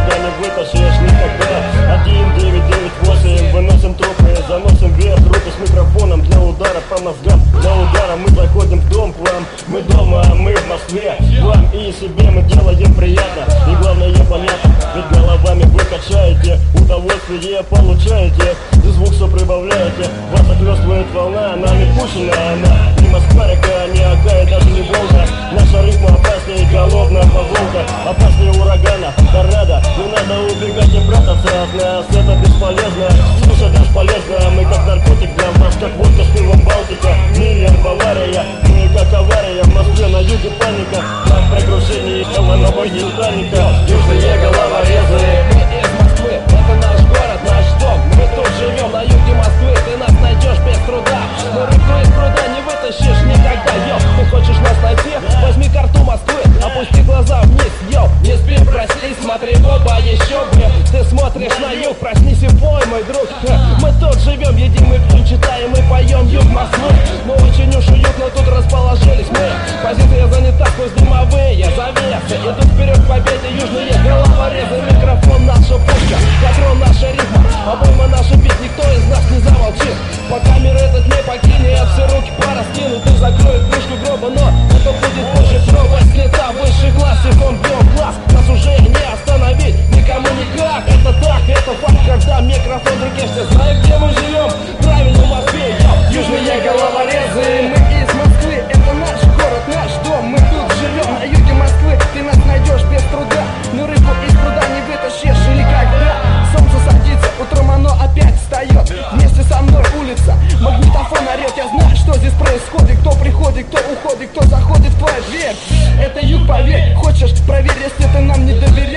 Один, девять, девять, восемь, выносим трупы, заносим вверх, руки с микрофоном для удара по мозгам. Для удара мы заходим в дом к вам, мы дома, а мы в Москве. Вам и себе мы делаем приятно, и главное понятно, ведь головами вы качаете, удовольствие получаете, и звук все прибавляете. Вас захлестывает волна, она не пущена, она не Москва река, не Ака и даже не Волга. Наша рифма опаснее голодная поволка, опаснее урагана, торнадо. Не надо убегать и прятаться от нас, это бесполезно. Слушать бесполезно, мы как наркотик для вас, как водка с пивом Балтика. Миллион Бавария, мы как авария, в Москве на юге паника. Нам при крушении нового Титаника. Южные головорезы. Мы из Москвы, это наш город, наш дом. Мы тут живем на юге Москвы, ты нас найдешь без труда. Но рыбку из пруда не вытащишь никогда, йо. Ты хочешь нас найти? Возьми карту Москвы, опусти глаза вниз, йо. Не спи, проснись, смотри в оба, еще бы. Ты смотришь на юг, проснись и пой, мой друг. Мы тут живем, едим и пьем, читаем и поем юг Москвы. Мы очень уж уютно тут расположились мы. Позиция занята сквозь дымовые завесы. Идут вперед к победе южные головорезы. Микрофон наша пушка, патрон наша рифма, обойма наша бит, никто из нас не замолчит. Пока мир этот не покинет, все руки пораскинут и закроют крышку гроба. Но это будет позже, пропасть лета высший класс, и он бьет глаз. Нас уже не остановить, никому никак. Это так, это факт, когда микрофон в руке. Все знают, где мы живем, правильно в Москве. Южные головорезы, мы из Москвы, это наш город, наш дом. Мы тут живем на юге Москвы, ты нас найдешь без труда. Но рыбу из пруда не вытащишь никогда. Солнце садится, утром оно опять встает. Вместе со мной улица, магнитофон орет. Я знаю, что здесь происходит, кто приходит, кто уходит, кто заходит в твою дверь. Это юг, поверь, хочешь, проверь, если ты нам не доверяешь.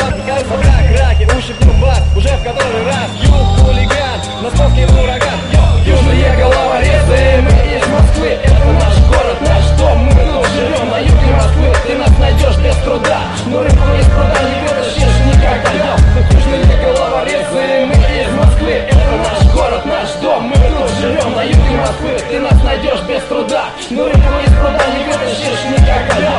Кажется, как раки, ушибнем бас, уже в который раз. Юг, хулиган, московский ураган. Южные головорезы, мы из Москвы. Это наш город, наш дом, мы тут живем на юге Москвы. Ты нас найдешь без труда, но рыбу из пруда не вытащишь никогда. Южные головорезы, мы из Москвы. Это наш город, наш дом, мы тут живем на юге Москвы. Ты нас найдешь без труда, но рыбу из пруда не вытащишь никогда.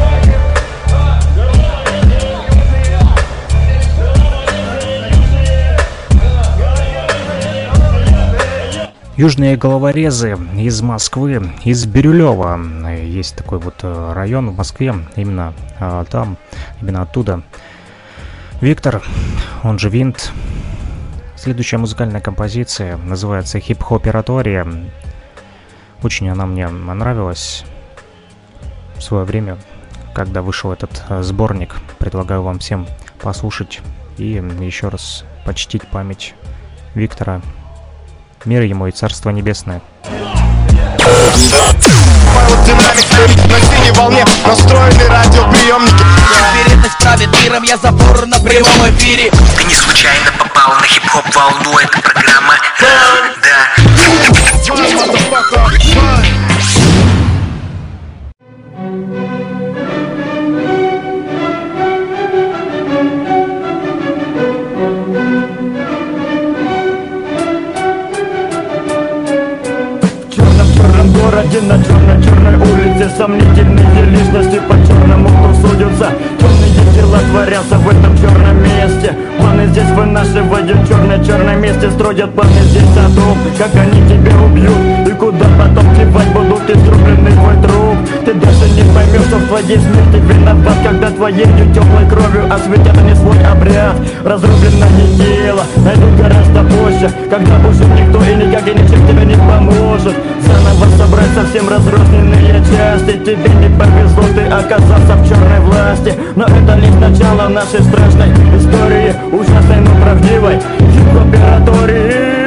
Южные головорезы из Москвы, из Бирюлева. Есть такой вот район в Москве, именно а, там, именно оттуда. Виктор, он же Винт. Следующая музыкальная композиция называется «Хип-хоператория». Очень она мне нравилась в свое время, когда вышел этот сборник. Предлагаю вам всем послушать и еще раз почтить память Виктора. Мир ему и царство небесное. На синей волне настроены радиоприемники. Вероятность правит миром, я забор на прямом эфире. Ты не случайно попал на хип-хоп волну, это программа да. городе на черной-черной улице сомнительные личности по черному кто судятся. Черные дела творятся в этом черном месте. Планы здесь вынашивают черное-черное месте. Строят планы здесь о том, как они тебя убьют и куда потом плевать будут изрубленный твой труп. Ты даже не поймешь, что в твоей смерти виноват, когда твоей теплой кровью осветят они свой обряд. Разрубленное тело найдут гораздо позже, когда уже никто и никак и ничем тебе не поможет. Заново собрать совсем разрозненные части. Тебе не повезло, ты оказался в черной власти. Но это лишь начало нашей страшной истории, ужасной, но правдивой хип-хоператории.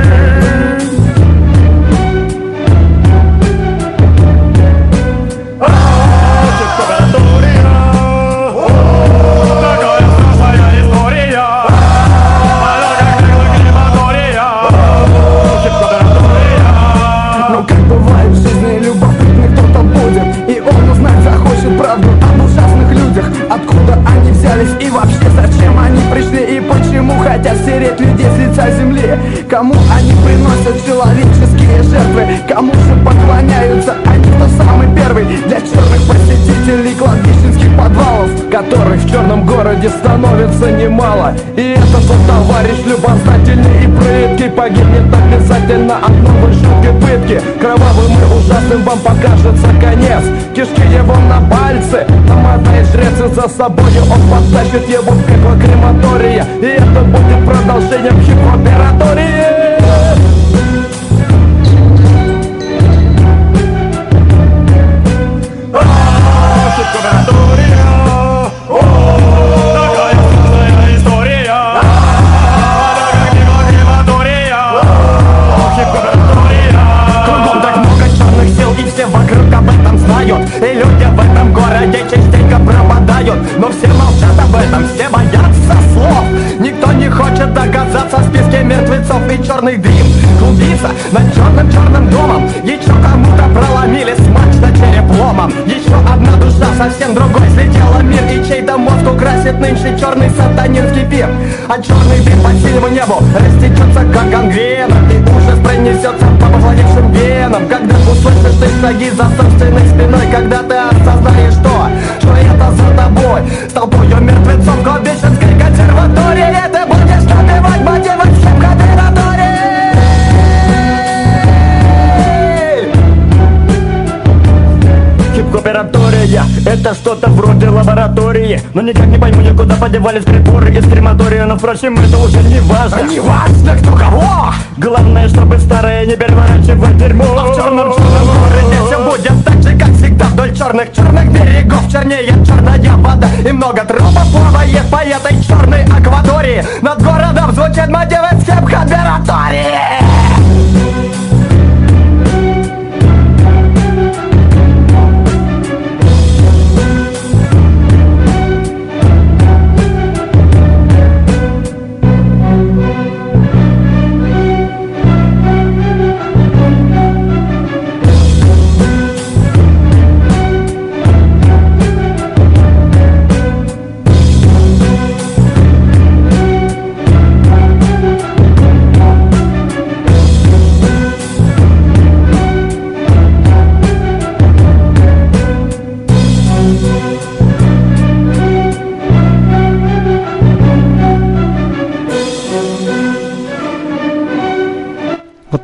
Откуда они взялись и вообще зачем они пришли, и почему хотят стереть людей с лица земли? Кому они приносят человеческие жертвы, кому же поклоняются они, кто самый первый для черных посетителей кладбищенских подвалов, которых в черном городе становится немало. И этот вот товарищ любознательный и прыткий погибнет обязательно от новой жуткой пытки. Кровавым и ужасным вам покажется конец, кишки его на пальцы намотает жрец, и за собою он подтащит его в пекло крематория. И это будет продолжением хип-хоператории. Кругом так много черных сил, и все вокруг об этом знают. И люди в этом городе частенько пропадают, но все молчат об этом, все боятся слов. Никто не хочет оказаться в списке мертвецов. И черный дым клубится над черным-черным домом. Еще кому-то проломили смач на череп ломом. Еще одна душа совсем другой слетела мир, и чей-то мозг украсит нынче черный сатанинский пир. А черный дым по синему небу растечется как гангрена, и ужас пронесется по повладевшим венам. Когда услышишь ты шаги за собственной спиной, когда ты осознаешь, что, что это за тобой, с толпою мертвецов кладбищенской консерватории. Ты будешь добивать мотивы в хип-хоператории. Хип-хоператория — это что-то вроде лаборатории, но никак не пойму я, куда подевались приборы из крематория. Но впрочем, это уже не важно. Не важно, кто кого. Главное, чтобы старое не переворачивать дерьмо. А в черном черном городе все будет так же, как всегда. Вдоль черных черных берегов чернеет черная вода, и много трупов плавает по этой черной акватории. Над городом звучит мотивы с хип-хоператории.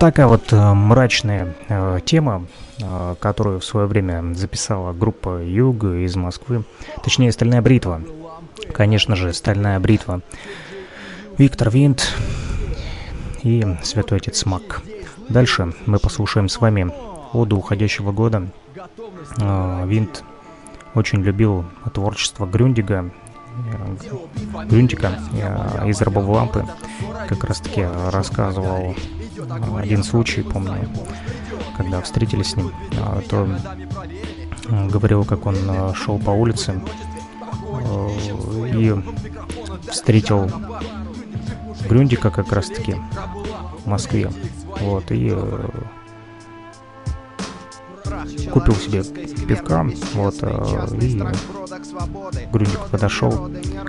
такая вот э, мрачная э, тема, э, которую в свое время записала группа Юг из Москвы. Точнее, «Стальная бритва». Конечно же, «Стальная бритва». Виктор Винт и Святой Отец Мак. Дальше мы послушаем с вами оду уходящего года. Э, Винт очень любил творчество Грюндига, э, Грюндика э, из «Рабовой лампы». Как раз таки рассказывал один случай, помню, когда встретились с ним, то говорил, как он шел по улице и встретил Грюндика как раз таки в Москве, вот, и купил себе пивка, вот, и Грюндик подошел,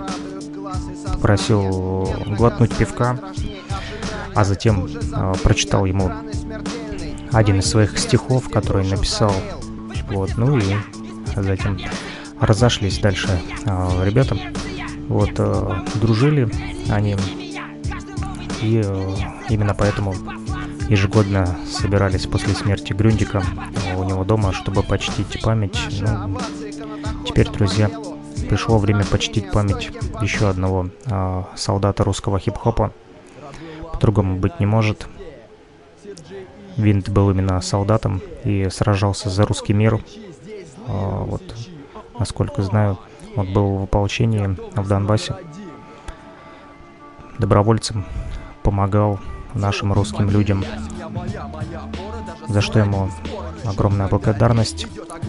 попросил глотнуть пивка, а затем э, прочитал ему один из своих стихов, который написал, вот, ну и затем разошлись дальше э, ребята, вот, э, дружили они, и э, именно поэтому ежегодно собирались после смерти Грюндика э, у него дома, чтобы почтить память. Ну, теперь, друзья, пришло время почтить память еще одного э, солдата русского хип-хопа. По-другому быть не может. Винт был именно солдатом и сражался за русский мир. А, вот, насколько знаю, он был в ополчении в Донбассе. Добровольцем помогал нашим русским людям, за что ему огромная благодарность.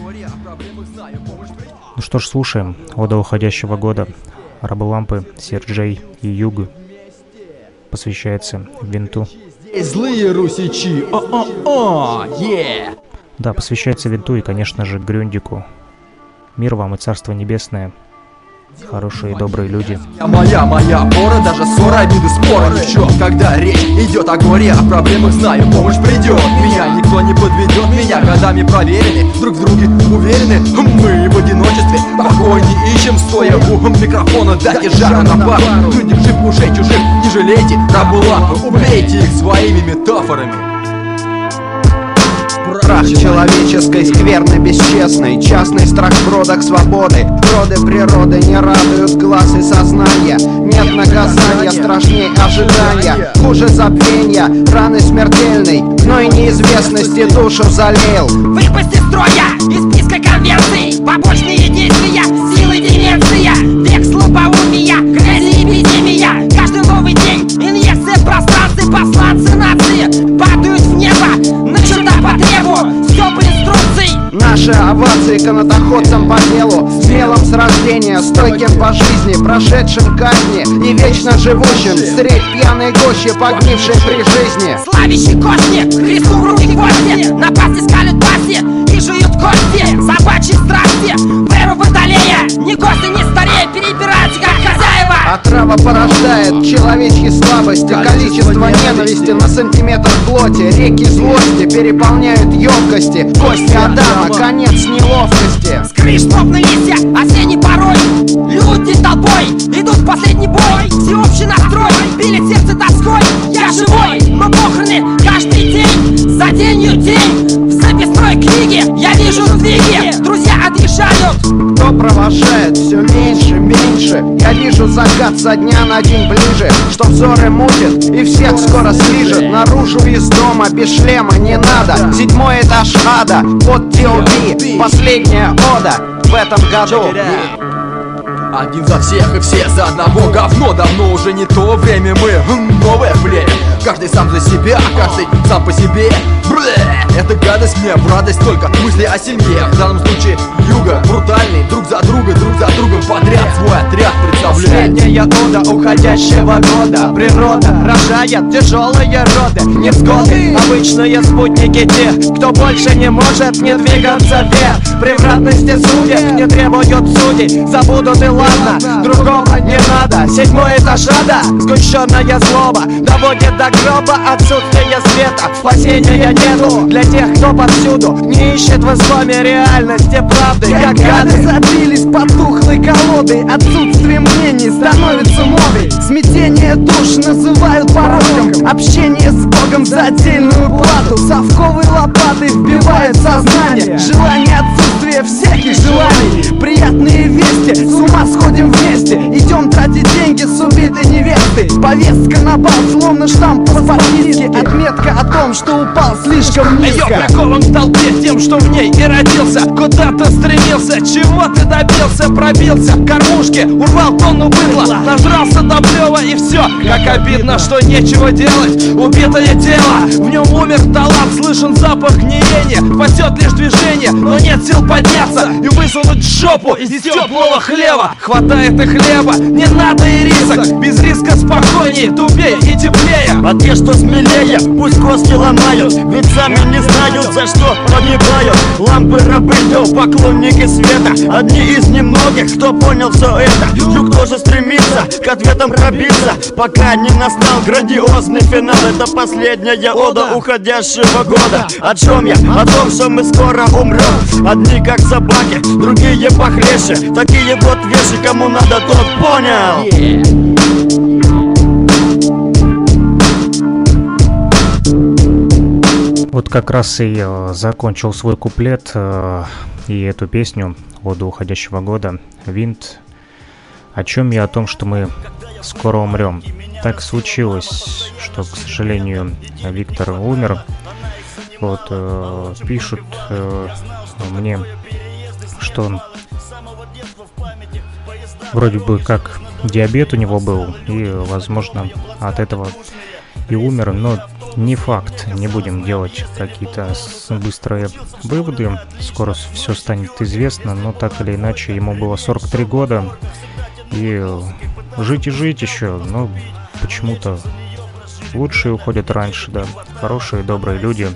Ну что ж, слушаем ода уходящего года. Рабы лампы, Серджей и Юг. Посвящается Винту. Злые русичи, о-о-о, е! Да, посвящается Винту и, конечно же, Грюндику. Мир вам и Царство Небесное. Хорошие и добрые люди. Моя, моя опора, даже ссора, обиды, спора ни в чем. Когда речь идет о горе, о проблемах знаю, помощь придет. Меня никто не подведет, меня годами проверены, друг в друге уверены. Мы в одиночестве покой не ищем, стоя у микрофона, дайте жару на пару. Люди жив ушей чужих, не жалейте, рабы лампы, убейте их своими метафорами. Прах человеческой скверны бесчестной, частный страх в бродах свободы. Роды природы не радуют глаз и сознания. Нет наказания страшней ожидания. Хуже забвения, раны смертельной, но и неизвестности душу залил. Выпасть из строя, из списка конвенций, побочные действия, силы деменция, век слабоумия, грязи эпидемия. Каждый новый день инъекция в пространстве, посланцы нации падают в небо, на черта по требу, стёб инструкций. Наши овации канатоходцам по делу, смелым с рождения, стойким по жизни, прошедшим казни и вечно живущим средь пьяной гощи, погнившей при жизни. Славящий кости, Христу в руки гвозди, напасти скалят пасти и жуют кости. Собачьи страсти, веру водолея, ни гости, ни старея, перебираются как хозяева. Отрава порождает человечьи слабости, количество ненависти на сантиметр плоти. Реки злости переполняют емкости, кости Адама, конец неловкости. С крыш словно листья, осенний порой, люди толпой идут в последний бой. Всеобщий настрой, пилит сердце тоской. Я живой, но похороны каждый день, за денью день. В записной книге я вижу сдвиги, друзья отъезжают. Кто провожает все меньше, меньше. Я вижу закат со дня на день ближе, что взоры мутит и всех скоро слижет. Наружу из дома без шлема не надо. Седьмой этаж ада, под ди о би, последняя ода в этом году. Один за всех и все за одного, говно. Давно уже не то время, мы новое племя. Каждый сам за себя, каждый сам по себе. Блэ, это гадость мне в радость, только мысли о семье. В данном случае юга брутальный, друг за друга, друг за другом подряд свой отряд представляет. Последняя ода уходящего года. Природа рожает тяжелые роды, невзгоды, обычные спутники тех, кто больше не может не двигаться вверх. Превратности судеб не требуют судей, забудут и ладно, другого не надо. Седьмой этаж ада, сгущенная злоба доводит до гроба отсутствие света. Спасения нету для тех, кто повсюду не ищет в изломе реальности правды. Как гады забились под тухлой колодой, отсутствие мнений становится модой. Смятение душ называют пороком. Общение с Богом за отдельную плату. Совковой лопатой вбивают сознание. Желание отсутствия всяких желаний. Приятные вести, с ума сходим вместе. Идем тратить деньги с убитой невестой. Повестка на бал, словно штамп по записке. Отметка о том, что упал слишком низко. Я прикован к толпе тем, что в ней и родился. Куда-то стремился, чего ты добился? Пробился в кормушке, урвал тонну быдла. Нажрался до плева и все. Как обидно, что нечего делать. Убитое тело, в нем умер талант. Слышен запах гниения, спасет лишь движение. Но нет сил подняться и высунуть жопу из теплого хлеба. Хватает и хлеба, не надо и рисок. Без риска спокойнее, тупее и теплее. А те, что смелее, пусть кости ломают. Ведь сами не знают, за что погибают. Лампы рабынь, поклонники света. Одни из немногих, кто понял все это. Юг тоже стремится к ответам пробиться, пока не настал грандиозный финал. Это последняя ода уходящего года. О чем я? О том, что мы скоро умрем. Одни как собаки, другие похлеще. Такие вот вещи, кому надо, тот понял. Yeah. Вот как раз и э, закончил свой куплет э, и эту песню «Ода уходящего года» Винт. О чем я? О том, что мы скоро умрем. Так случилось, что, к сожалению, Виктор умер. Вот э, пишут э, мне, что он вроде бы как диабет у него был, и, возможно, от этого и умер, но не факт. Не будем делать какие-то быстрые выводы. Скоро все станет известно, но так или иначе ему было сорок три года. И жить и жить еще, но почему-то лучшие уходят раньше, да. Хорошие, добрые люди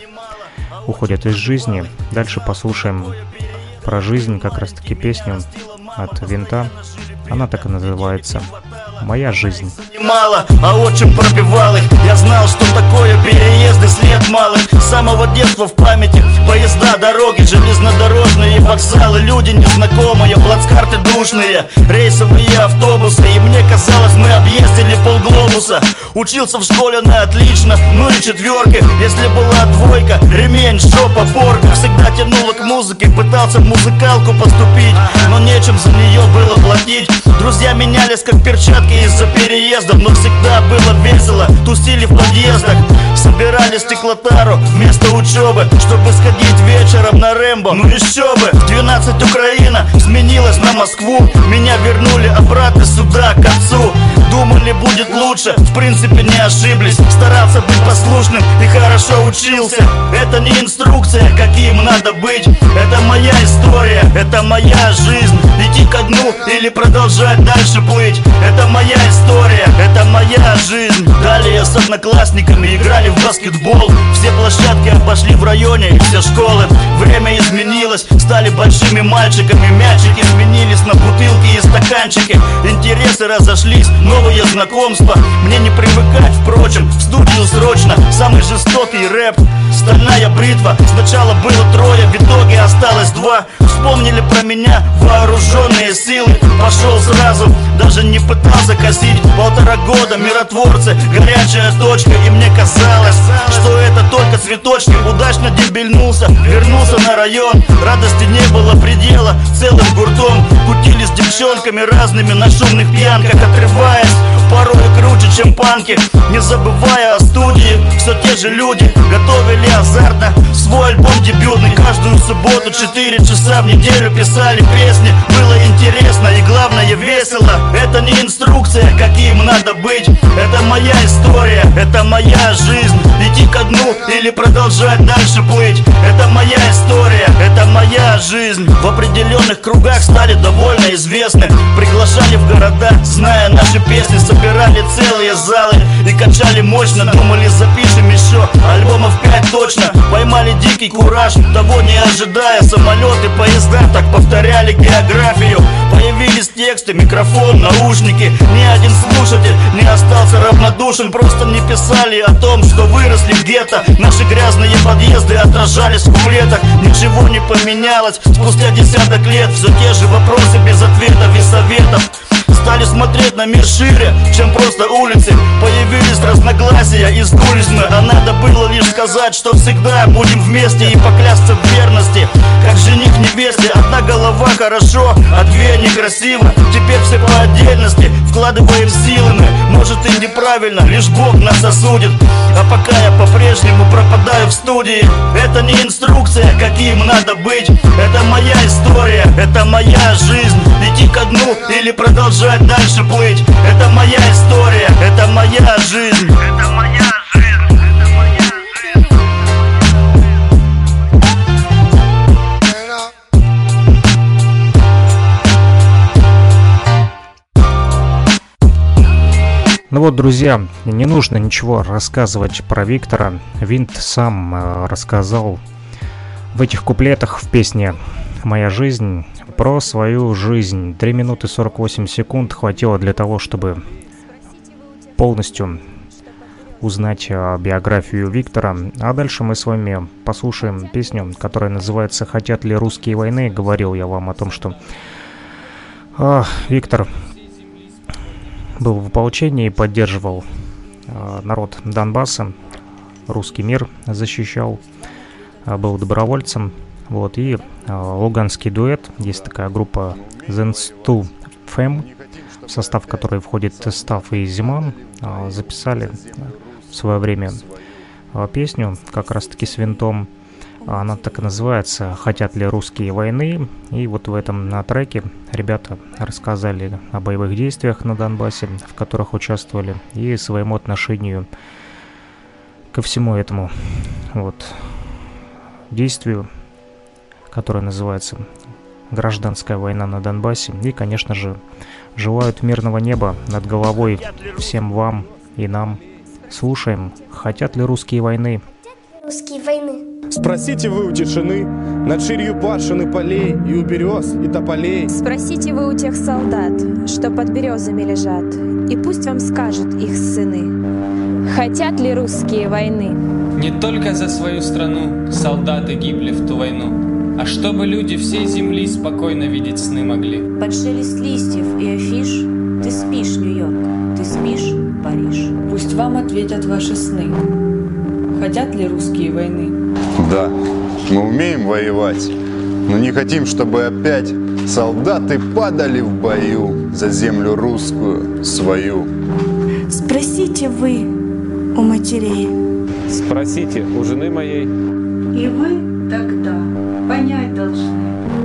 уходят из жизни. Дальше послушаем про жизнь, как раз таки песню от Винта. Она так и называется «Моя жизнь». Мало, а отчим пробивал их. Я знал, что такое переезды, след малых. С самого детства в памяти поезда, дороги, железнодорожные вокзалы. Люди незнакомые, плацкарты душные, рейсовые автобусы. И мне казалось, мы объездили полглобуса. Учился в школе на отлично, ну и четверки. Если была двойка, ремень, жопа, порка. Всегда тянуло к музыке, пытался в музыкалку поступить, но нечем за нее было платить. Друзья менялись как перчатки из-за переездов, но всегда было весело. Тусили в подъездах, собирали стеклотару вместо учебы, чтобы сходить вечером на Рэмбо. Ну еще бы, в двенадцать Украина сменилась на Москву. Меня вернули обратно сюда, к отцу. Думали, будет лучше, в принципе не ошиблись. Старался быть послушным и хорошо учился. Это не инструкция, каким надо быть. Это моя история, это моя жизнь. Идти ко дну или продолжать дальше плыть. Это моя история, это моя жизнь. Далее с одноклассниками играли в баскетбол. Все площадки обошли в районе и все школы. Время изменилось, стали большими мальчиками. Мячики сменились на бутылки и стаканчики. Интересы разошлись, новые знакомства. Мне не привыкать, впрочем, в студию срочно. Самый жестокий рэп, стальная бритва. Сначала было трое, в итоге осталось два. Вспомнили про меня вооруженные силы. Пошел сразу, даже не пытался косить. Полтора года миротворцы, горячая точка. И мне казалось, что это только цветочки. Удачно дембельнулся, вернулся на район. Радости не было предела, целым гуртом кутили с девчонками разными на шумных пьянках, отрываясь порой круче, чем панки. Не забывая о студии, все те же люди готовили азартно свой альбом дебютный. Каждую субботу четыре часа в неделю писали песни. Было интересно и главное весело. Это не инструкция, каким надо быть. Это моя история, это моя жизнь. Идти ко дну или продолжать дальше плыть. Это моя история, это моя жизнь. В определенных кругах стали довольно известны. Приглашали в города, зная наши песни. Собирали целые залы и качали мощно. Думали, запишем еще альбомов пять точно. Поймали дикий кураж, того не ожидая. Самолеты, поезда так повторяли географию. Появились тексты, микрофон, наушники. Ни один слушатель не остался равнодушен. Просто не писали о том, что выросли в гетто. Наши грязные подъезды отражались в куплетах. Ничего не поменялось спустя десяток лет. Все те же вопросы без ответов и советов. Стали смотреть на мир шире, чем просто улицы. Появились разногласия и сдулись мы. А надо было лишь сказать, что всегда будем вместе, и поклясться в верности, как жених невесте. Одна голова хорошо, а две некрасиво. Теперь все по отдельности, вкладываем силы мы. Может и неправильно, лишь Бог нас осудит. А пока я по-прежнему пропадаю в студии. Это не инструкция, каким надо быть. Это моя история, это моя жизнь. Идти ко дну или продолжать дальше плыть. Это моя история, это моя жизнь. Это моя жизнь. Ну вот, друзья, не нужно ничего рассказывать про Виктора. Винт сам э, рассказал в этих куплетах в песне «Моя жизнь» про свою жизнь. три минуты сорок восемь секунд хватило для того, чтобы полностью узнать э, биографию Виктора. А дальше мы с вами послушаем песню, которая называется «Хотят ли русские войны?». Говорил я вам о том, что э, Виктор был в ополчении и поддерживал э, народ Донбасса, русский мир защищал, э, был добровольцем. Вот, и э, луганский дуэт, есть такая группа Зенсту Фэм, в состав которой входит Став и Зиман, э, записали в свое время э, песню как раз-таки с Винтом. Она так и называется «Хотят ли русские войны?». И вот в этом на треке ребята рассказали о боевых действиях на Донбассе, в которых участвовали, и своему отношению ко всему этому вот действию, которое называется «Гражданская война на Донбассе». И, конечно же, желают мирного неба над головой всем вам и нам. Слушаем «Хотят ли русские войны?». Русские войны. Спросите вы у тишины, над ширью пашин и полей, и у берез, и тополей. Спросите вы у тех солдат, что под березами лежат, и пусть вам скажут их сыны. Хотят ли русские войны? Не только за свою страну солдаты гибли в ту войну, а чтобы люди всей земли спокойно видеть сны могли. Под шелест листьев и афиш ты спишь, Нью-Йорк, ты спишь, Париж. Пусть вам ответят ваши сны. Хотят ли русские войны? Да, мы умеем воевать, но не хотим, чтобы опять солдаты падали в бою за землю русскую свою. Спросите вы у матерей. Спросите у жены моей. И вы тогда понять должны.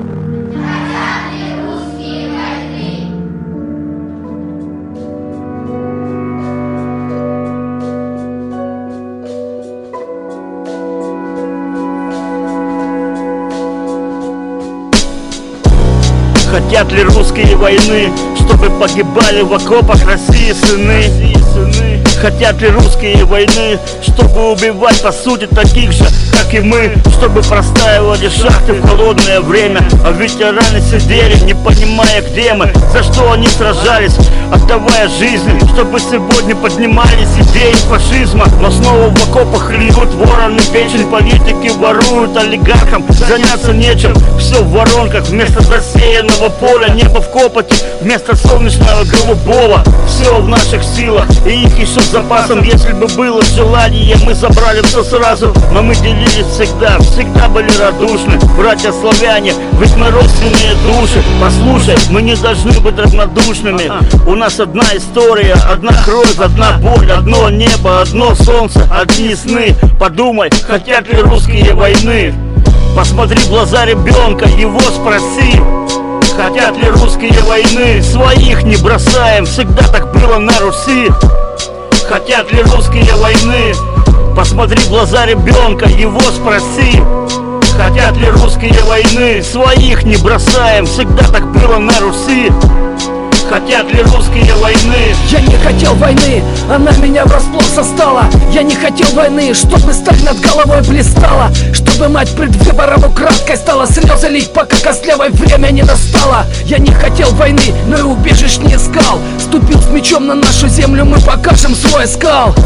Хотят ли русские войны, чтобы погибали в окопах России сыны? Хотят ли русские войны, чтобы убивать по сути таких же, как и мы? Чтобы простаивали шахты в холодное время, а ветераны сидели, не понимая, где мы, за что они сражались, отдавая жизни, чтобы сегодня поднимались идеи фашизма. Но снова в окопах льют вороны печень, политики воруют олигархам, заняться нечем, все в воронках, вместо засеянного поля небо в копоти, вместо солнечного голубого. Все в наших силах, и их еще с запасом. Если бы было желание, мы забрали все сразу, но мы делились всегда, всегда были радушны. Братья-славяне, ведь мы родственные души. Послушай, мы не должны быть равнодушными. У нас одна история, одна кровь, одна боль, одно небо, одно солнце, одни сны. Подумай, хотят ли русские войны? Посмотри в глаза ребенка, его спроси. Хотят ли русские войны? Своих не бросаем, всегда так было на Руси. Хотят ли русские войны? Посмотри в глаза ребенка, его спроси. Хотят ли русские войны? Своих не бросаем, всегда так было на Руси. Хотят ли русские войны? Я не хотел войны, она меня врасплох застала. Я не хотел войны, чтобы сталь над головой блистала, чтобы мать пред выбором украдкой стала слезы лить, пока костлявой время не настало. Я не хотел войны, но и убежищ не искал. Ступил с мечом на нашу землю, мы покажем свой скал.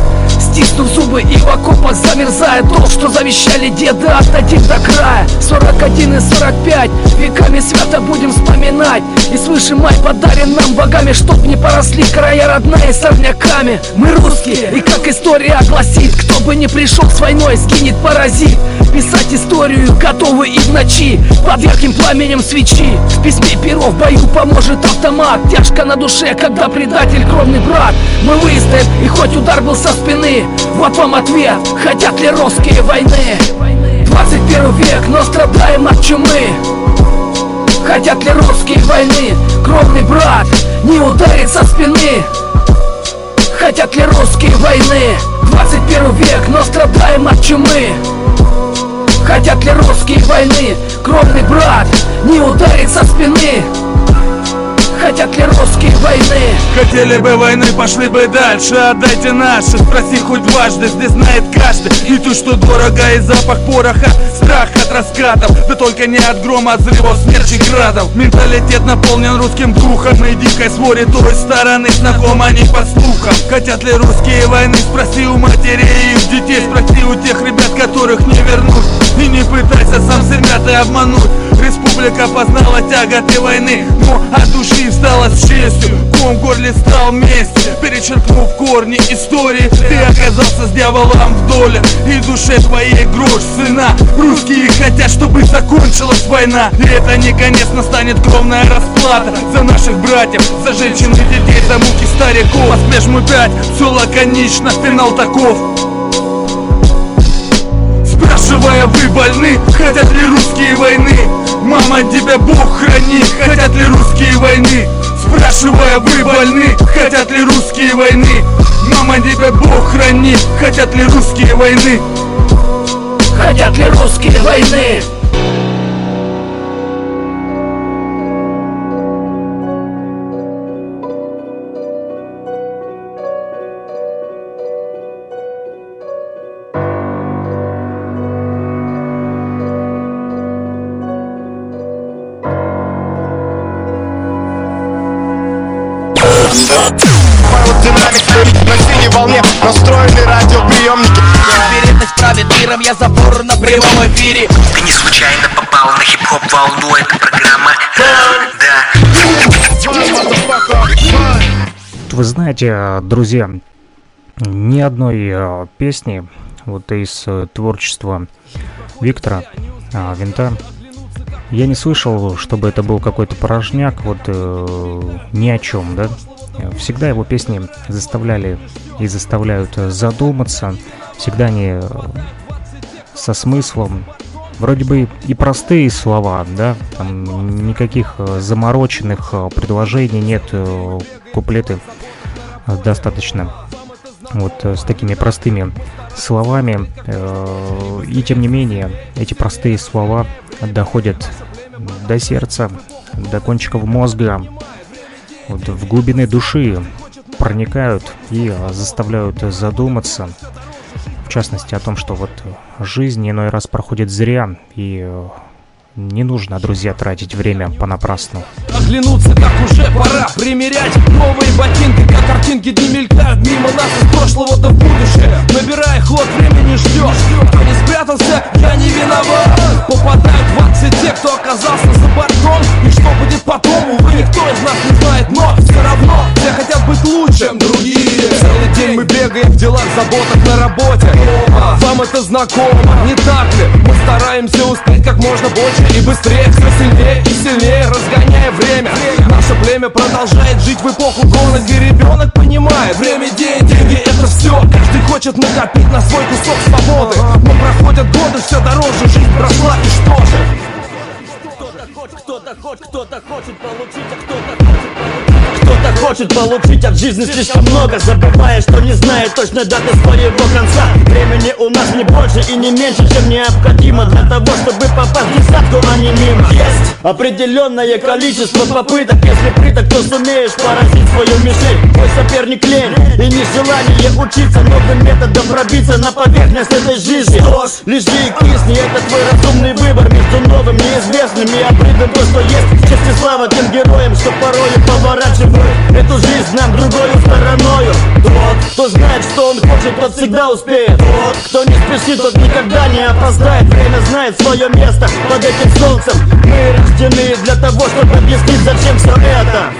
стиснув зубы и в окопах замерзая. Долг, что завещали деды, отдадим до края. Сорок один и сорок пять веками свято будем вспоминать. И свыше май подарен нам богами, чтоб не поросли края родные сорняками. Мы русские, и как история гласит, кто бы ни пришел с войной, сгинет паразит. Писать историю готовы и в ночи, под ярким пламенем свечи. В письме перо, в бою поможет автомат. Тяжко на душе, когда предатель кровный брат. Мы выстоим, и хоть удар был со спины, вот вам ответ, хотят ли русские войны. Двадцать первый век, но страдаем от чумы. Хотят ли русские войны, кровный брат не ударит со спины. Хотят ли русские войны, двадцать первый век, но страдаем от чумы. Хотят ли русские войны, кровный брат не ударит со спины. Хотят ли русские войны? Хотели бы войны, пошли бы дальше. Отдайте наши, спроси хоть дважды. Здесь знает каждый и то, что дорого, и запах пороха, страх от раскатов. Да только не от грома, от взрывов, смерчей, градов. Менталитет наполнен русским духом и дикой своре той стороны, знаком они по слухам. Хотят ли русские войны? Спроси у матерей и их детей. Спроси у тех ребят, которых не вернут. И не пытайся сам себя ты обмануть. Республика познала тяготы войны, но от души встала с честью. Ком в горле стал местью, перечеркнув корни истории. Ты оказался с дьяволом в доле, и душе твоей грош цена. Русские хотят, чтобы закончилась война, и это не конец, настанет кровная расплата за наших братьев, за женщин и детей, за муки стариков. Посмешь мы пять, все лаконично, финал таков. Спрашивая, вы больны? Хотят ли русские войны? Мама, тебя Бог храни. Хотят ли русские войны? Спрашивая, вы больны? Хотят ли русские войны? Мама, тебя Бог храни. Хотят ли русские войны? Хотят ли русские войны? На синей волне настроены радиоприемники. Вероятность правит миром, я забор на прямом эфире. Ты не случайно попал на хип-хоп волну, это программа. Да. Вы знаете, друзья, ни одной песни вот из творчества Виктора а, Винта я не слышал, чтобы это был какой-то порожняк, вот э, ни о чем, да. Всегда его песни заставляли и заставляют задуматься. Всегда они со смыслом. Вроде бы и простые слова, да, там никаких замороченных предложений нет, куплеты достаточно вот с такими простыми словами. И тем не менее, эти простые слова доходят до сердца, до кончиков мозга, вот в глубины души проникают и заставляют задуматься, в частности, о том, что вот жизнь иной раз проходит зря, и не нужно, друзья, тратить время понапрасну. Оглянуться, как уже пора примерять новые ботинки, как картинки дни мелькают мимо нас из прошлого до будущего. Набирая ход, времени ждешь. Кто не спрятался, я не виноват. Попадают в акции те, кто оказался за бортом. И что будет потом, увы, никто из нас не знает. Но все равно все хотят быть лучше, чем другие. Целый день мы бегаем в делах, заботах на работе. Вам это знакомо, не так ли? Мы стараемся успеть как можно больше и быстрее, все сильнее и сильнее, разгоняя время. Наше племя продолжает жить в эпоху голода, где ребенок понимает: время, день, деньги — это все. Каждый хочет накопить на свой кусок свободы, но проходят годы, все дороже, жизнь прошла, и что же? Кто-то хочет, кто-то хочет получить, а кто-то хочет получить. Кто-то хочет получить от жизни слишком много, забывая, что не знает точно даты своего конца. Времени у нас не больше и не меньше, чем необходимо для того, чтобы попасть в десятку, а не мимо. Есть определенное количество попыток. Если приток, то сумеешь поразить свою мишень. Твой соперник лень и нежелание учиться новым методом пробиться на поверхность этой жизни. Лежи и кисни, это твой разумный выбор между новым, неизвестным и обрыдом. То, что есть, честь и слава тем героям, что порою поворачивают эту жизнь нам другою стороною. Тот, Кто знает, что он хочет, тот всегда успеет. Тот, кто не спешит, тот никогда не опоздает. Время знает свое место под этим солнцем. Мы рождены для того, чтобы объяснить, зачем все это.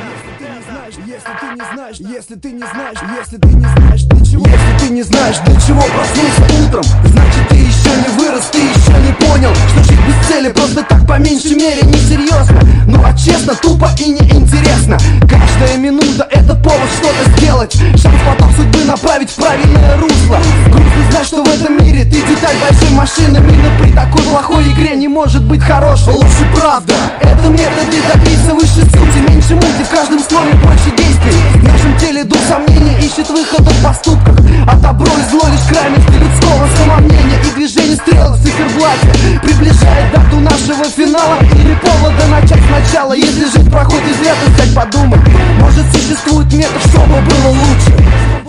Если ты не знаешь, если ты не знаешь, для чего, если ты не знаешь, для чего проснулся утром, значит ты еще не вырос, ты еще не понял, что жить без цели просто так по меньшей мере несерьезно. Ну а честно, тупо и неинтересно. Каждая минута это повод что-то сделать, шанс потом судьбы направить в правильное русло. Грустно знать, что в этом мире ты деталь большой машины. Именно при такой плохой игре не может быть хорошей. Ложь и правда, это методы добиться выше сути. Меньше мути, в каждом слове больше действий. В нашем теле дух сомнения ищет выхода в поступках, а добро и зло лишь крайности людского самомнения. И движение стрелок в циферблате приближает дату нашего финала или повода начать сначала. Если жизнь проходит зря, то стать подумать, может существует метод, чтобы было лучше.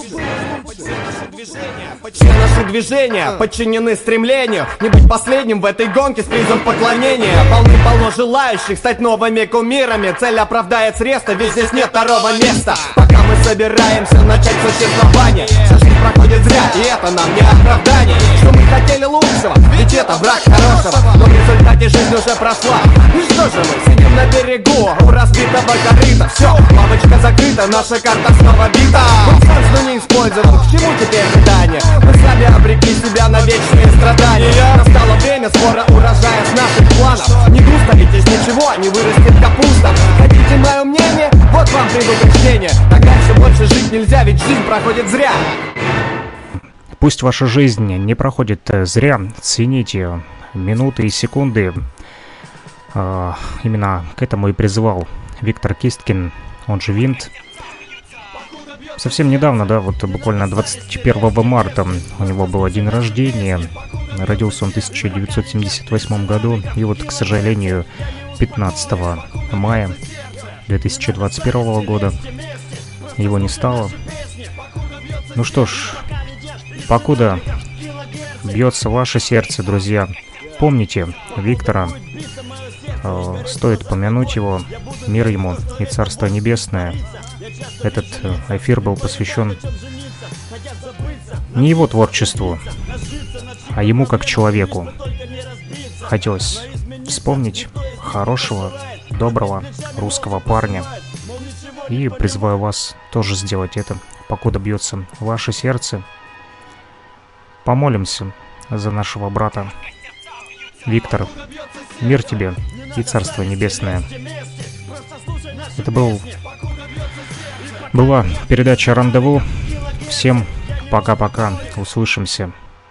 Все наши движения подчинены стремлению не быть последним в этой гонке с призом поклонения. Полны-полно желающих стать новыми кумирами. Цель оправдает средства, ведь здесь нет второго места. Пока мы собираемся начать существование, вся жизнь проходит зря, и это нам не оправдание. Что мы хотели лучшего, ведь это враг хорошего, но в результате жизнь уже прошла. И что же мы сидим на берегу у разбитого корыта? Все, лавочка закрыта, наша карта снова бита. Вот шанс, но не использован, к чему теперь рыдание? Мы сами обрекли себя на вечные страдания. Настало время сбора урожая с наших планов. Не грустно, ведь здесь ничего не вырастет капуста. Хотите мое мнение? Вот вам предупреждение. Так дальше больше жить нельзя, ведь жизнь проходит зря. Пусть ваша жизнь не проходит зря. Цените минуты и секунды. Именно к этому и призывал Виктор Кисткин, он же Винт. Совсем недавно, да, вот буквально двадцать первого марта у него был день рождения. Родился он в тысяча девятьсот семьдесят восьмом году. И вот, к сожалению, пятнадцатого мая две тысячи двадцать первого года его не стало. Ну что ж, покуда бьется ваше сердце, друзья, помните Виктора. Э, стоит помянуть его, мир ему и Царство Небесное. Этот эфир был посвящен не его творчеству, а ему как человеку. Хотелось вспомнить хорошего, доброго русского парня. И призываю вас тоже сделать это, покуда бьется ваше сердце. Помолимся за нашего брата. Виктор, мир тебе и Царство Небесное. Это был... была передача «Рандеву». Всем пока-пока. Услышимся.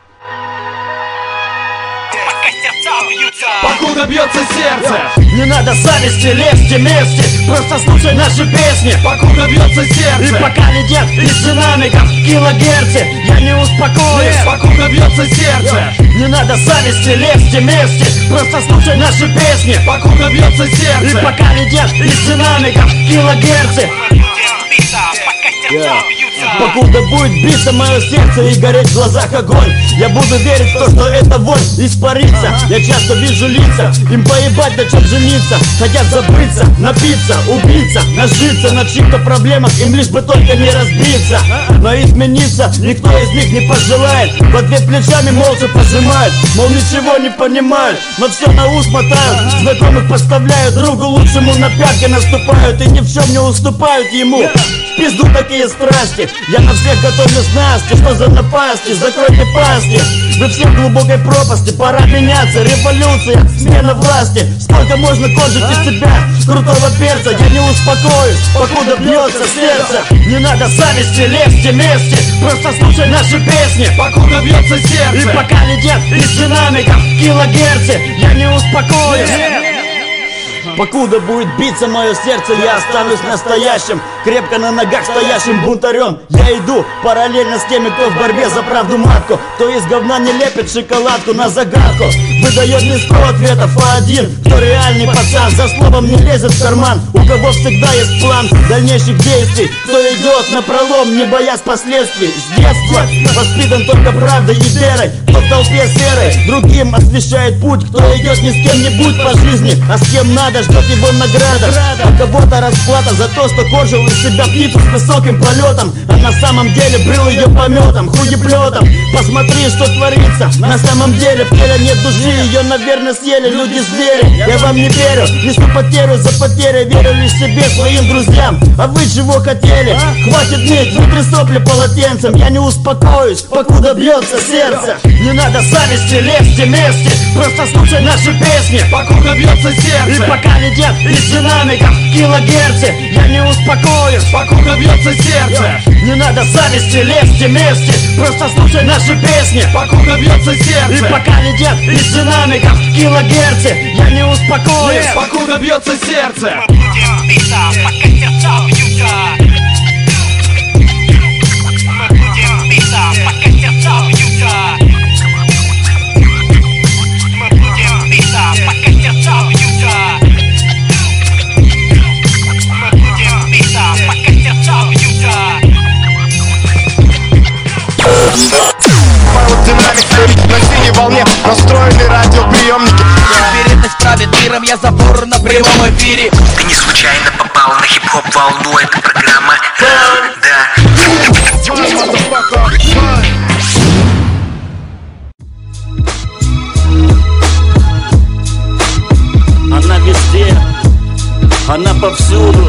Покуда бьется сердце, не надо зависти, лезьте вместе, просто слушай наши песни. Покуда бьется сердце, и пока летят из динамиков килогерцы, я не успокоюсь. Покуда бьется сердце, не надо зависти, лезьте вместе, просто слушай наши песни. Покуда бьется сердце, и пока летят из динамиков килогерцы. Yeah. Покуда будет биться мое сердце и гореть в глазах огонь, я буду верить в то, что эта вонь испарится. Я часто вижу лица, им поебать на чем жениться. Хотят забыться, напиться, убиться, нажиться на чьих-то проблемах, им лишь бы только не разбиться. Но измениться никто из них не пожелает. В ответ плечами молча пожимают, мол ничего не понимают, но все на ус мотают. Знакомых подставляют, другу лучшему на пятки наступают и ни в чем не уступают ему. В пизду такие страсти, я на всех готовлю снасти. Что за напасти, закройте пасти. Вы все в глубокой пропасти, пора меняться. Революция, смена власти. Сколько можно конжить из себя крутого перца? Я не успокоюсь, покуда бьется сердце. Не надо зависти, лезьте вместе, просто слушай наши песни. Покуда бьется сердце, и пока летят из динамиков килогерцы, я не успокоюсь. Покуда будет биться мое сердце, я останусь настоящим, крепко на ногах стоящим бунтарем. Я иду параллельно с теми, кто в борьбе за правду матку, кто из говна не лепит шоколадку на загадку. Выдает не сто ответов, а один, кто реальный пацан, за словом не лезет в карман, у кого всегда есть план дальнейших действий, кто идет напролом, не боясь последствий. С детства воспитан только правдой и верой, кто в толпе серой другим освещает путь, кто идет не с кем-нибудь по жизни, а с кем надо ждет его награда. А кого-то расплата за то, что коржил из себя птицу с высоким полетом, а на самом деле брил ее пометом, хуеплетом. Посмотри, что творится. На самом деле в теле нет души, ее, наверное, съели люди-звери. Я вам не верю, несу потерю за потерей, верю лишь себе, своим друзьям. А вы чего хотели? Хватит ныть, внутри сопли полотенцем. Я не успокоюсь, покуда бьется сердце. Не надо зависти, лезьте вместе, просто слушай наши песни, покуда бьется сердце. И пока летят из динамиков килогерцы, я не успокоюсь, покуда бьется сердце. Не надо зависти, лезьте вместе, просто слушай наши песни, покуда бьется сердце. И пока летят из динамиков килогерцы, я не успокоюсь, покуда бьется сердце. Мы будем биться, пока сердца бьются. Мы будем биться, пока сердца бьются. Мы будем биться, пока сердца бьются. Мы будем биться, пока сердца бьются. Динамик на синей волне настроены радиоприемники. Вероятность правит миром, я забор на прямом эфире. Ты не случайно попал на хип-хоп волну, это программа да. Она везде, она повсюду,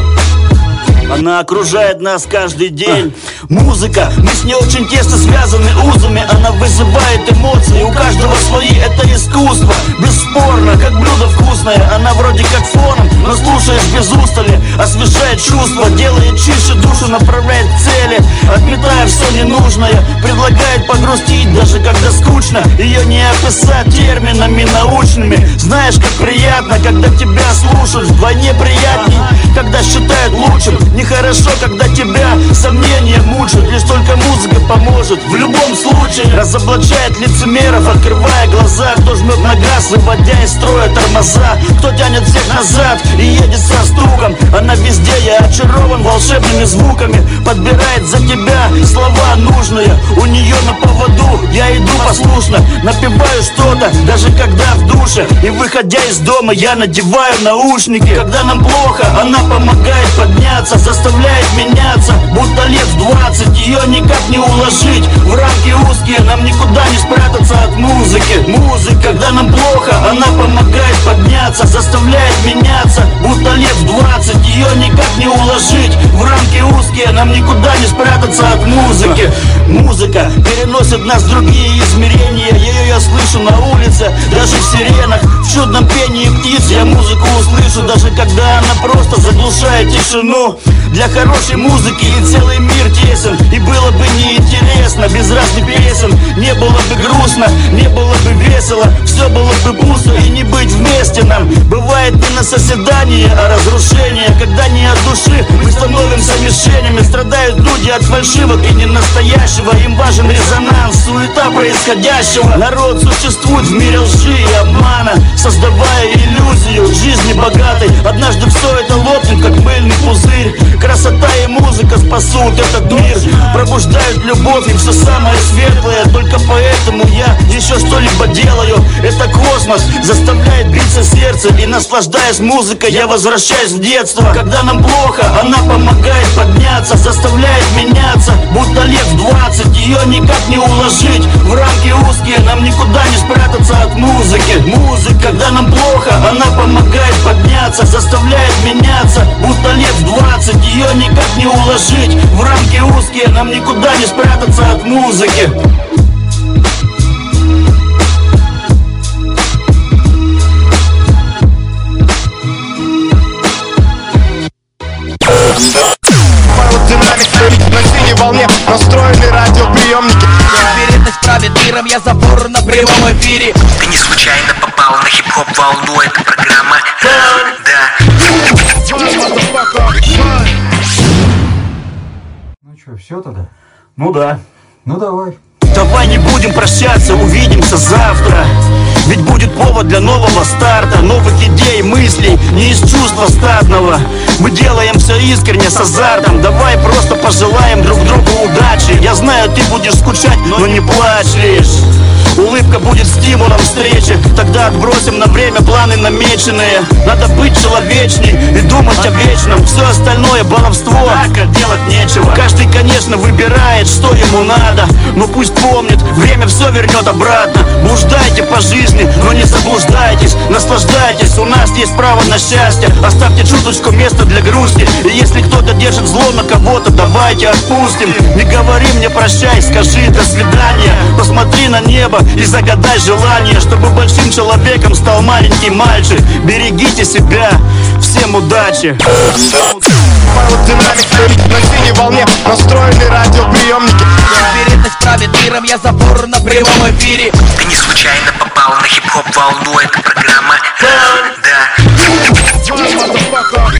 она окружает нас каждый день. Музыка, мы с ней очень тесно связаны узами. Она вызывает эмоции, у каждого свои, это искусство. Бесспорно, как блюдо вкусное. Она вроде как фоном, но слушаешь без устали. Освежает чувства, делает чище душу, направляет к цели, отметая все ненужное. Предлагает погрустить, даже когда скучно. Ее не описать терминами научными. Знаешь, как приятно, когда тебя слушают. Вдвойне приятней, когда считают лучшим. Нехорошо, когда тебя сомнения мучают. Лишь только музыка поможет в любом случае. Разоблачает лицемеров, открывая глаза. Кто жмет на газ, выводя из строя тормоза. Кто тянет всех назад и едет со стуком. Она везде, я очарован волшебными звуками. Подбирает за тебя слова нужные. У нее на поводу я иду послушно. Напеваю что-то, даже когда в душе. И выходя из дома, я надеваю наушники. Когда нам плохо, она помогает подняться, заставляет меняться, будто лет в двадцать. Ее никак не уложить в рамки узкие, нам никуда не спрятаться от музыки. Музыка, когда нам плохо, она помогает подняться, заставляет меняться, будто лет в двадцать. Ее никак не уложить в рамки узкие, нам никуда не спрятаться от музыки. Музыка переносит нас в другие измерения. Ее я слышу на улице, даже в сиренах, в чудном пении птиц. Я музыку услышу, даже когда она просто заглушает тишину. Для хорошей музыки и целый мир тесен. И было бы неинтересно без разных песен. Не было бы грустно, не было бы весело. Все было бы пусто и не быть вместе нам. Бывает не на созидание, а разрушение. Когда не от души мы становимся мишенями. Страдают люди от фальшивок и ненастоящего. Им важен резонанс, суета происходящего. Народ существует в мире лжи и обмана, создавая иллюзию жизни богатой. Однажды все это лопнет, как мыльный пузырь. Красота и музыка спасут этот мир, пробуждают любовь и все самое светлое. Только поэтому я еще что-либо делаю. Это космос заставляет биться сердце. И наслаждаясь музыкой, я возвращаюсь в детство. Когда нам плохо, она помогает подняться, заставляет меняться, будто лет в двадцать. Ее никак не уложить в рамки узкие, нам никуда не спрятаться от музыки. Музыка, когда нам плохо, она помогает подняться, заставляет меняться, будто лет в двадцать. Ее никак не уложить в рамки узкие, нам никуда не спрятаться от музыки. Динамик на синей волне настроены радиоприемники. Вероятность правит миром, я забор на прямом эфире. Ты не случайно попал на хип-хоп волну, это программа да. Ну что, все тогда? Ну да. Ну давай. Давай не будем прощаться, увидимся завтра. Ведь будет повод для нового старта, новых идей, мыслей, не из чувства стадного. Мы делаем все искренне, с азартом. Давай просто пожелаем друг другу удачи. Я знаю, ты будешь скучать, но не плачь лишь. улыбка будет стимулом встречи. Тогда отбросим на время планы намеченные. Надо быть человечней и думать о вечном. Все остальное баловство, так делать нечего. Каждый, конечно, выбирает, что ему надо, но пусть помнит, время все вернет обратно. Блуждайте по жизни, но не заблуждайтесь. Наслаждайтесь, у нас есть право на счастье. Оставьте чуточку места для грусти. И если кто-то держит зло на кого-то, давайте отпустим. Не говори мне прощай, скажи до свидания. Посмотри на небо и загадай желание, чтобы большим человеком стал маленький мальчик. Берегите себя, всем удачи. Динамик на синей волне настроены радиоприемники. Вероятность правит миром, я забор на прямом эфире. Ты не случайно попал на хип-хоп волну, это